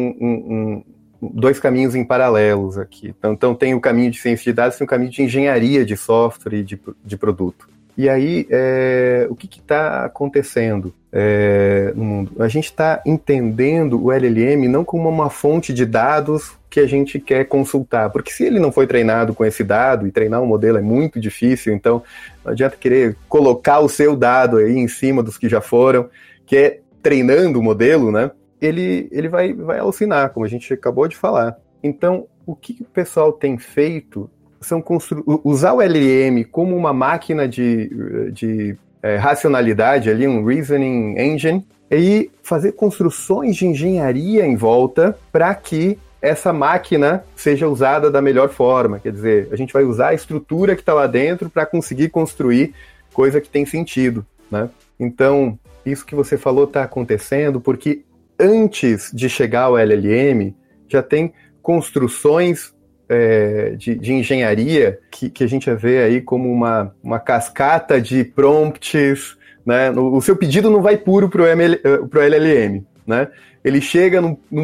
dois caminhos em paralelos aqui. Então tem o caminho de ciência de dados, tem o caminho de engenharia de software e de produto. E aí, o que está acontecendo no mundo? A gente está entendendo o LLM não como uma fonte de dados que a gente quer consultar, porque se ele não foi treinado com esse dado, e treinar um modelo é muito difícil, então não adianta querer colocar o seu dado aí em cima dos que já foram, que é treinando o modelo, né? ele vai alucinar, como a gente acabou de falar. Então, o que o pessoal tem feito são usar o LLM como uma máquina de racionalidade, ali, um reasoning engine, e fazer construções de engenharia em volta para que essa máquina seja usada da melhor forma. Quer dizer, a gente vai usar a estrutura que está lá dentro para conseguir construir coisa que tem sentido, né? Então, isso que você falou está acontecendo porque antes de chegar ao LLM, já tem construções de engenharia que a gente vê aí como uma cascata de prompts, né? O seu pedido não vai puro para o LLM, né? Ele chega numa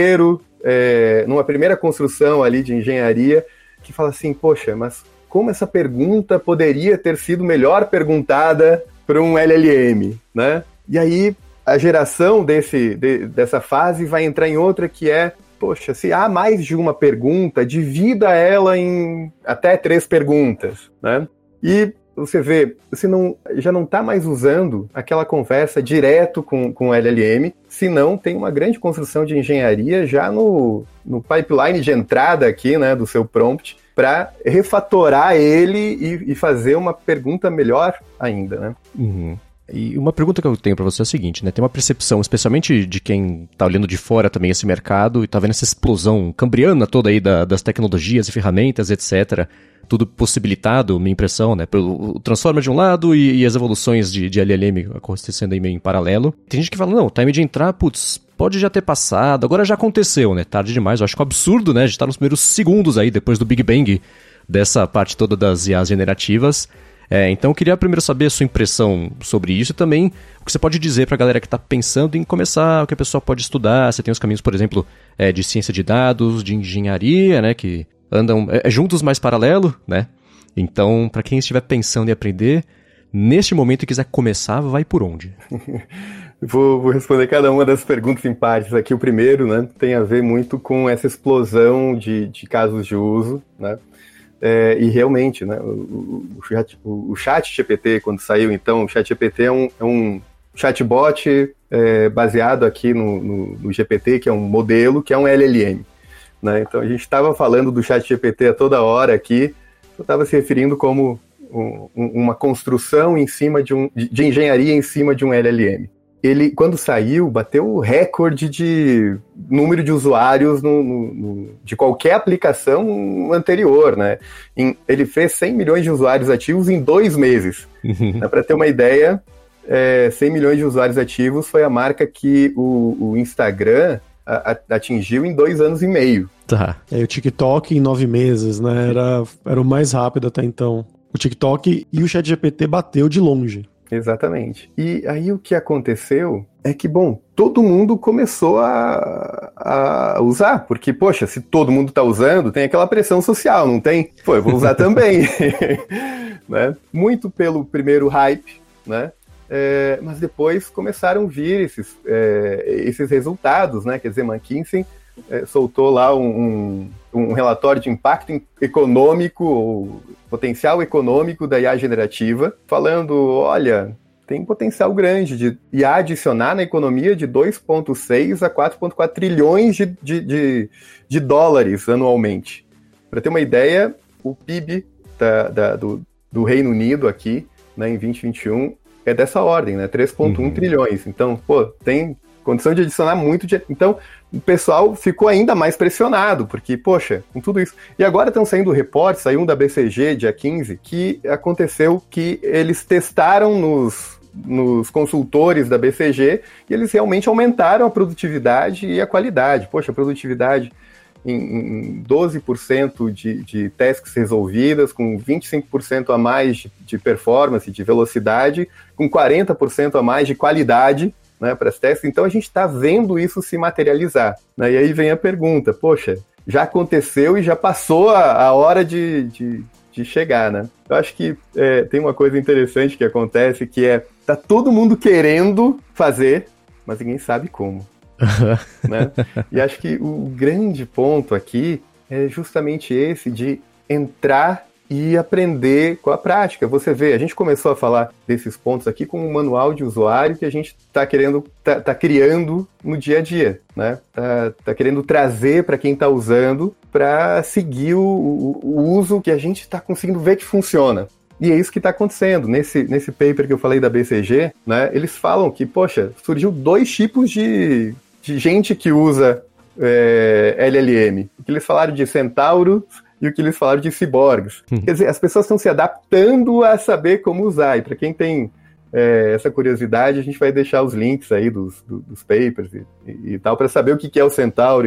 primeira construção ali de engenharia que fala assim, poxa, mas como essa pergunta poderia ter sido melhor perguntada para um LLM, né? E aí a geração dessa fase vai entrar em outra que é, poxa, se há mais de uma pergunta, divida ela em até 3 perguntas, né? E você vê, você já não está mais usando aquela conversa direto com o LLM, senão tem uma grande construção de engenharia já no pipeline de entrada aqui, né, do seu prompt, para refatorar ele e fazer uma pergunta melhor ainda, né? Uhum. E uma pergunta que eu tenho para você é a seguinte, né? Tem uma percepção, especialmente de quem tá olhando de fora também esse mercado e tá vendo essa explosão cambriana toda aí das tecnologias e ferramentas, etc., tudo possibilitado, minha impressão, né? Pelo Transformer de um lado e as evoluções de LLM acontecendo aí meio em paralelo. Tem gente que fala, não, o time de entrar, pode já ter passado, agora já aconteceu, né? Tarde demais, eu acho que é um absurdo, né? A gente tá nos primeiros segundos aí, depois do Big Bang, dessa parte toda das IAs generativas. Então eu queria primeiro saber a sua impressão sobre isso e também o que você pode dizer para a galera que está pensando em começar, o que a pessoa pode estudar. Você tem os caminhos, por exemplo, de ciência de dados, de engenharia, né, que andam juntos, mais paralelo, né? Então, para quem estiver pensando em aprender, neste momento e quiser começar, vai por onde? Vou responder cada uma das perguntas em partes aqui. O primeiro, né, tem a ver muito com essa explosão de casos de uso, né? E realmente, né, o chat GPT, quando saiu, então, o chat GPT é um chatbot baseado aqui no GPT, que é um modelo, que é um LLM. Né? Então, a gente estava falando do chat GPT a toda hora aqui, eu estava se referindo como uma construção em cima de engenharia em cima de um LLM. Ele, quando saiu, bateu o recorde de número de usuários de qualquer aplicação anterior, né? Ele fez 100 milhões de usuários ativos em 2 meses. Para ter uma ideia, 100 milhões de usuários ativos foi a marca que o Instagram atingiu em 2 anos e meio. Tá. O TikTok em 9 meses, né? Era o mais rápido até então. O TikTok e o ChatGPT bateu de longe. Exatamente. E aí o que aconteceu é que, bom, todo mundo começou a usar, porque, poxa, se todo mundo está usando, tem aquela pressão social, não tem? Pô, eu vou usar também. Né? Muito pelo primeiro hype, né? Mas depois começaram a vir esses resultados, né? Quer dizer, McKinsey soltou lá um relatório de impacto econômico, potencial econômico da IA generativa, falando, olha, tem potencial grande de IA adicionar na economia de 2,6 a 4,4 trilhões de dólares anualmente. Para ter uma ideia, o PIB do Reino Unido aqui, né, em 2021, é dessa ordem, né, 3,1 trilhões. Então, tem condição de adicionar muito dinheiro. Então, o pessoal ficou ainda mais pressionado, porque, poxa, com tudo isso. E agora estão saindo reportes, saiu um da BCG, dia 15, que aconteceu que eles testaram nos consultores da BCG e eles realmente aumentaram a produtividade e a qualidade. Poxa, a produtividade em 12% de tasks resolvidas, com 25% a mais de performance, de velocidade, com 40% a mais de qualidade, né, para as testes. Então a gente está vendo isso se materializar, né? E aí vem a pergunta, poxa, já aconteceu e já passou a hora de chegar, né? Eu acho que tem uma coisa interessante que acontece, que tá todo mundo querendo fazer, mas ninguém sabe como. Né? E acho que o grande ponto aqui é justamente esse de entrar e aprender com a prática. Você vê, a gente começou a falar desses pontos aqui com um manual de usuário que a gente está criando no dia a dia, né? Tá querendo trazer para quem está usando para seguir o uso que a gente está conseguindo ver que funciona. E é isso que está acontecendo. Nesse paper que eu falei da BCG, né, eles falam que, poxa, surgiu 2 tipos de gente que usa LLM. O que eles falaram de centauros e o que eles falaram de ciborgues. Quer dizer, as pessoas estão se adaptando a saber como usar. E para quem tem essa curiosidade, a gente vai deixar os links aí dos papers e tal, para saber o que é o centauro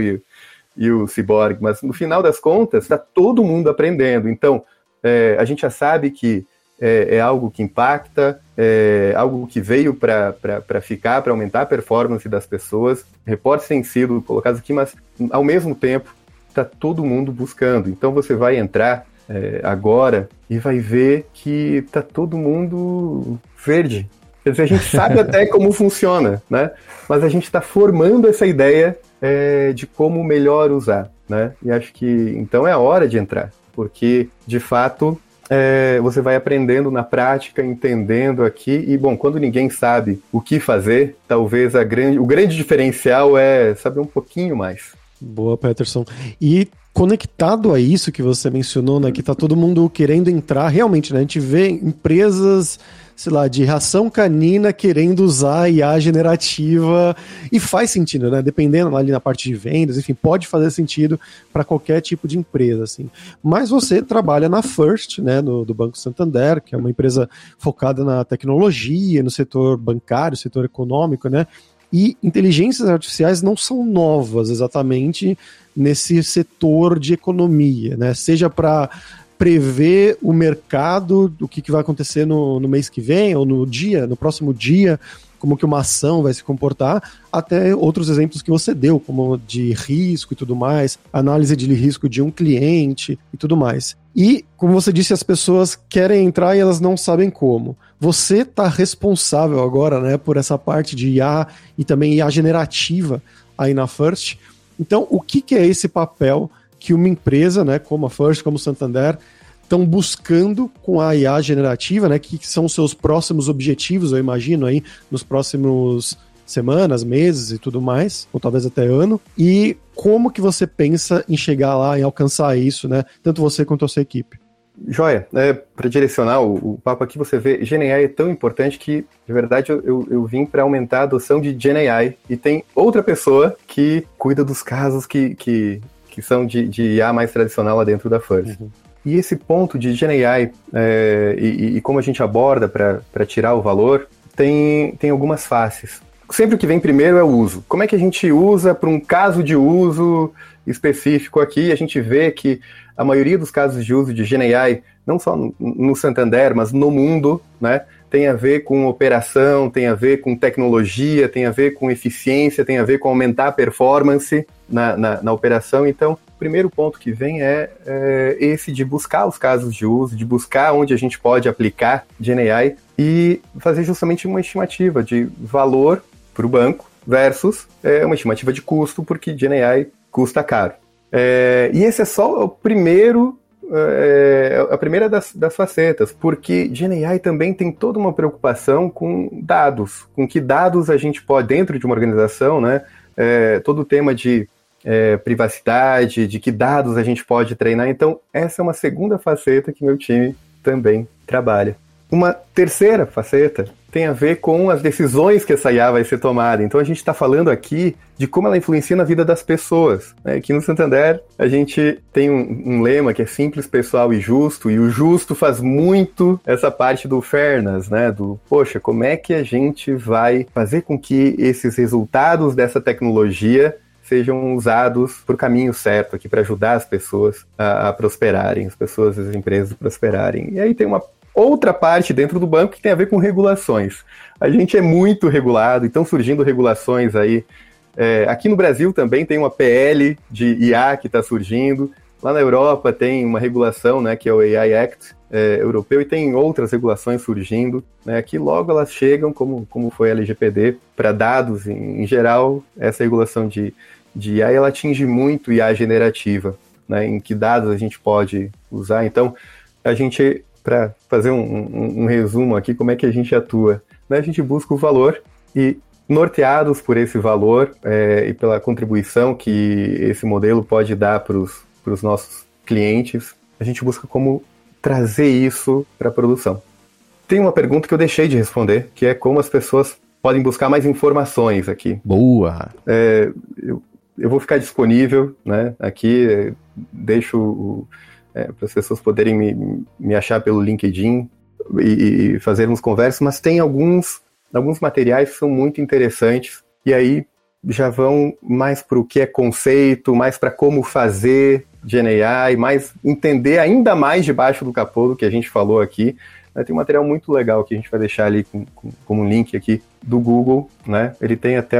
e o ciborgue. Mas no final das contas, está todo mundo aprendendo. Então, a gente já sabe que é algo que impacta, é algo que veio para ficar, para aumentar a performance das pessoas. Reportes têm sido colocados aqui, mas ao mesmo tempo está todo mundo buscando. Então você vai entrar agora e vai ver que está todo mundo verde. Quer dizer, a gente sabe até como funciona, né? Mas a gente está formando essa ideia de como melhor usar, né? E acho que então é a hora de entrar, porque de fato você vai aprendendo na prática, entendendo aqui, e bom, quando ninguém sabe o que fazer, talvez o grande diferencial é saber um pouquinho mais. Boa, Peterson. E conectado a isso que você mencionou, né, que tá todo mundo querendo entrar, realmente, né, a gente vê empresas, sei lá, de ração canina querendo usar IA generativa, e faz sentido, né, dependendo ali na parte de vendas, enfim, pode fazer sentido para qualquer tipo de empresa, assim. Mas você trabalha na First, né, do Banco Santander, que é uma empresa focada na tecnologia, no setor bancário, setor econômico, né, e inteligências artificiais não são novas exatamente nesse setor de economia, né? Seja para prever o mercado, do que vai acontecer no mês que vem, ou no próximo dia, como que uma ação vai se comportar, até outros exemplos que você deu, como de risco e tudo mais, análise de risco de um cliente e tudo mais. E, como você disse, as pessoas querem entrar e elas não sabem como. Você está responsável agora, né, por essa parte de IA e também IA generativa aí na First. Então, o que é esse papel que uma empresa, né, como a First, como o Santander, estão buscando com a IA generativa, né? Que são os seus próximos objetivos, eu imagino, aí, nos próximos semanas, meses e tudo mais, ou talvez até ano, e como que você pensa em chegar lá e alcançar isso, né? Tanto você quanto a sua equipe. Joia, para direcionar o papo aqui, você vê, GenAI é tão importante que, de verdade, eu vim para aumentar a adoção de GenAI, e tem outra pessoa que cuida dos casos que são de IA mais tradicional lá dentro da First. Uhum. E esse ponto de GenAI e como a gente aborda para tirar o valor, tem algumas faces. Sempre o que vem primeiro é o uso. Como é que a gente usa para um caso de uso específico aqui? A gente vê que a maioria dos casos de uso de GenAI, não só no Santander, mas no mundo, né, tem a ver com operação, tem a ver com tecnologia, tem a ver com eficiência, tem a ver com aumentar a performance na operação. Então, o primeiro ponto que vem é esse de buscar os casos de uso, de buscar onde a gente pode aplicar GenAI e fazer justamente uma estimativa de valor para o banco versus uma estimativa de custo, porque GenAI custa caro. E esse é só o primeiro... a primeira das facetas, porque GenAI também tem toda uma preocupação com dados, com que dados a gente pode, dentro de uma organização, né, todo o tema de privacidade, de que dados a gente pode treinar. Então, essa é uma segunda faceta que meu time também trabalha. Uma terceira faceta tem a ver com as decisões que essa IA vai ser tomada. Então a gente está falando aqui de como ela influencia na vida das pessoas. Aqui no Santander a gente tem um lema que é simples, pessoal e justo, e o justo faz muito essa parte do fairness, né? Do, poxa, como é que a gente vai fazer com que esses resultados dessa tecnologia sejam usados para o caminho certo aqui, para ajudar as pessoas a prosperarem, as pessoas, as empresas a prosperarem. E aí tem uma outra parte dentro do banco que tem a ver com regulações. A gente é muito regulado, então surgindo regulações aí. Aqui no Brasil também tem uma PL de IA que está surgindo. Lá na Europa tem uma regulação, né, que é o AI Act europeu, e tem outras regulações surgindo, né, que logo elas chegam, como foi a LGPD, para dados em geral. Essa regulação de IA, ela atinge muito IA generativa, né, em que dados a gente pode usar. Então, a gente, para fazer um resumo aqui, como é que a gente atua? A gente busca o valor e, norteados por esse valor e pela contribuição que esse modelo pode dar para os nossos clientes, a gente busca como trazer isso para a produção. Tem uma pergunta que eu deixei de responder, que é como as pessoas podem buscar mais informações aqui. Boa! Eu vou ficar disponível, né, aqui, deixo para as pessoas poderem me achar pelo LinkedIn e fazermos conversas, mas tem alguns materiais que são muito interessantes, e aí já vão mais para o que é conceito, mais para como fazer GenAI, mais entender ainda mais debaixo do capô do que a gente falou aqui. Tem um material muito legal que a gente vai deixar ali como um link aqui do Google, né? Ele tem até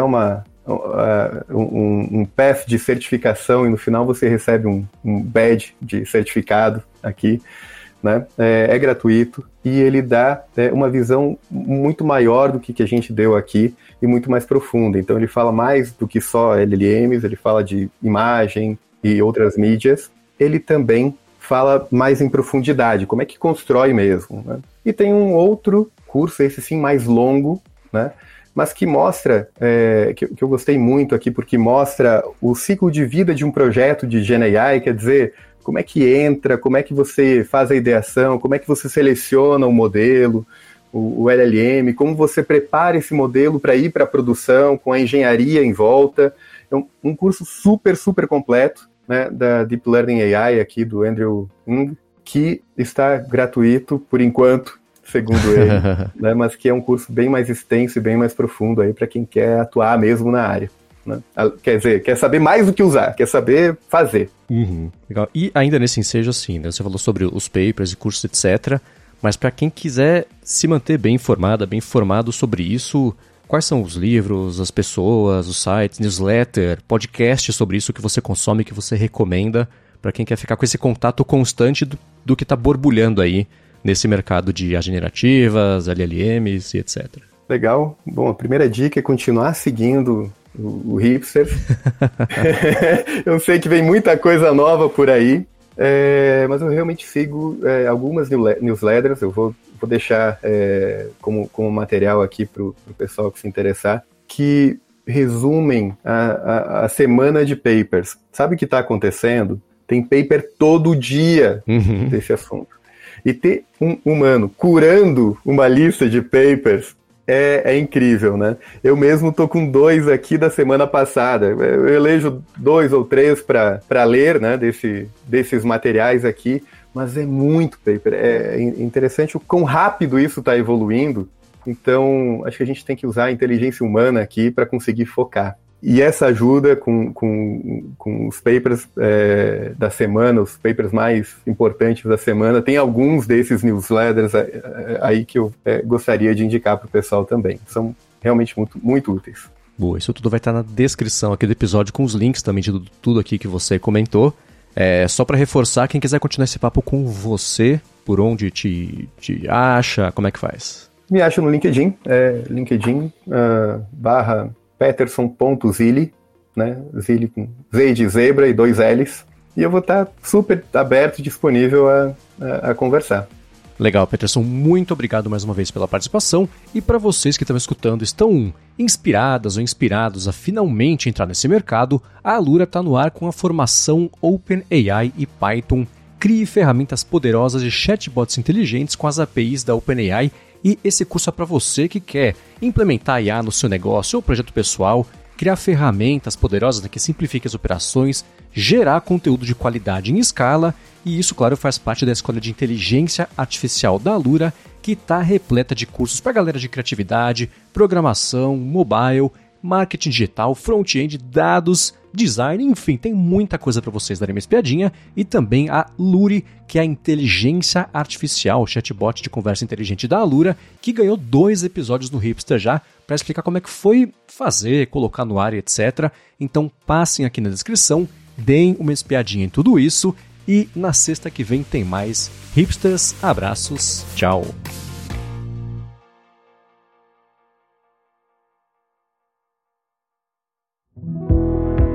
um path de certificação e no final você recebe um badge de certificado aqui, né? É gratuito e ele dá uma visão muito maior do que a gente deu aqui e muito mais profunda. Então ele fala mais do que só LLMs, ele fala de imagem e outras mídias. Ele também fala mais em profundidade, como é que constrói mesmo, né? E tem um outro curso, esse sim mais longo, né? Mas que mostra, que eu gostei muito aqui, porque mostra o ciclo de vida de um projeto de GenAI, quer dizer, como é que entra, como é que você faz a ideação, como é que você seleciona o modelo, o LLM, como você prepara esse modelo para ir para a produção, com a engenharia em volta. É um curso super, super completo, né, da Deep Learning AI aqui, do Andrew Ng, que está gratuito por enquanto, segundo ele, né, mas que é um curso bem mais extenso e bem mais profundo aí para quem quer atuar mesmo na área, né? Quer dizer, quer saber mais do que usar, quer saber fazer. Uhum, legal. E ainda nesse ensejo assim, né, você falou sobre os papers e cursos, etc., mas para quem quiser se manter bem informado, bem informado sobre isso, quais são os livros, as pessoas, os sites, newsletter, podcast sobre isso que você consome, que você recomenda, para quem quer ficar com esse contato constante do que está borbulhando aí nesse mercado de IA generativas, LLMs e etc. Legal. Bom, a primeira dica é continuar seguindo o Hipsters. Eu sei que vem muita coisa nova por aí, mas eu realmente sigo algumas newsletters. Eu vou deixar como material aqui para o pessoal que se interessar, que resumem a semana de papers. Sabe o que está acontecendo? Tem paper todo dia desse assunto. E ter um humano curando uma lista de papers é incrível, né? Eu mesmo tô com 2 aqui da semana passada. Eu elejo 2 ou 3 para ler, né, desses materiais aqui, mas é muito paper. É interessante o quão rápido isso está evoluindo. Então, acho que a gente tem que usar a inteligência humana aqui para conseguir focar. E essa ajuda com os papers da semana, os papers mais importantes da semana, tem alguns desses newsletters aí que eu gostaria de indicar para o pessoal também. São realmente muito, muito úteis. Boa, isso tudo vai estar na descrição aqui do episódio com os links também de tudo aqui que você comentou. Só para reforçar, quem quiser continuar esse papo com você, por onde te acha, como é que faz? Me acha no LinkedIn, LinkedIn /Peterson.Zilli, né? Zilli com Z de zebra e 2 L's. E eu vou estar super aberto e disponível a conversar. Legal, Peterson, muito obrigado mais uma vez pela participação. E para vocês que estão escutando, estão inspiradas ou inspirados a finalmente entrar nesse mercado, a Alura está no ar com a formação OpenAI e Python. Crie ferramentas poderosas de chatbots inteligentes com as APIs da OpenAI. E esse curso é para você que quer implementar IA no seu negócio ou projeto pessoal, criar ferramentas poderosas que simplifiquem as operações, gerar conteúdo de qualidade em escala, e isso, claro, faz parte da Escola de Inteligência Artificial da Alura, que está repleta de cursos para a galera de criatividade, programação, mobile, marketing digital, front-end, dados, design, enfim, tem muita coisa para vocês darem uma espiadinha. E também a Luri, que é a inteligência artificial, chatbot de conversa inteligente da Alura, que ganhou 2 episódios no Hipster já, para explicar como é que foi fazer, colocar no ar, etc. Então passem aqui na descrição, deem uma espiadinha em tudo isso, e na sexta que vem tem mais Hipsters. Abraços, tchau!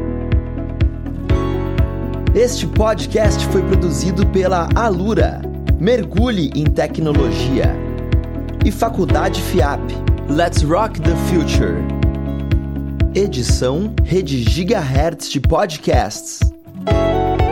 Este podcast foi produzido pela Alura. Mergulhe em tecnologia. E Faculdade FIAP. Let's Rock the Future. Edição Rede Gigahertz de Podcasts.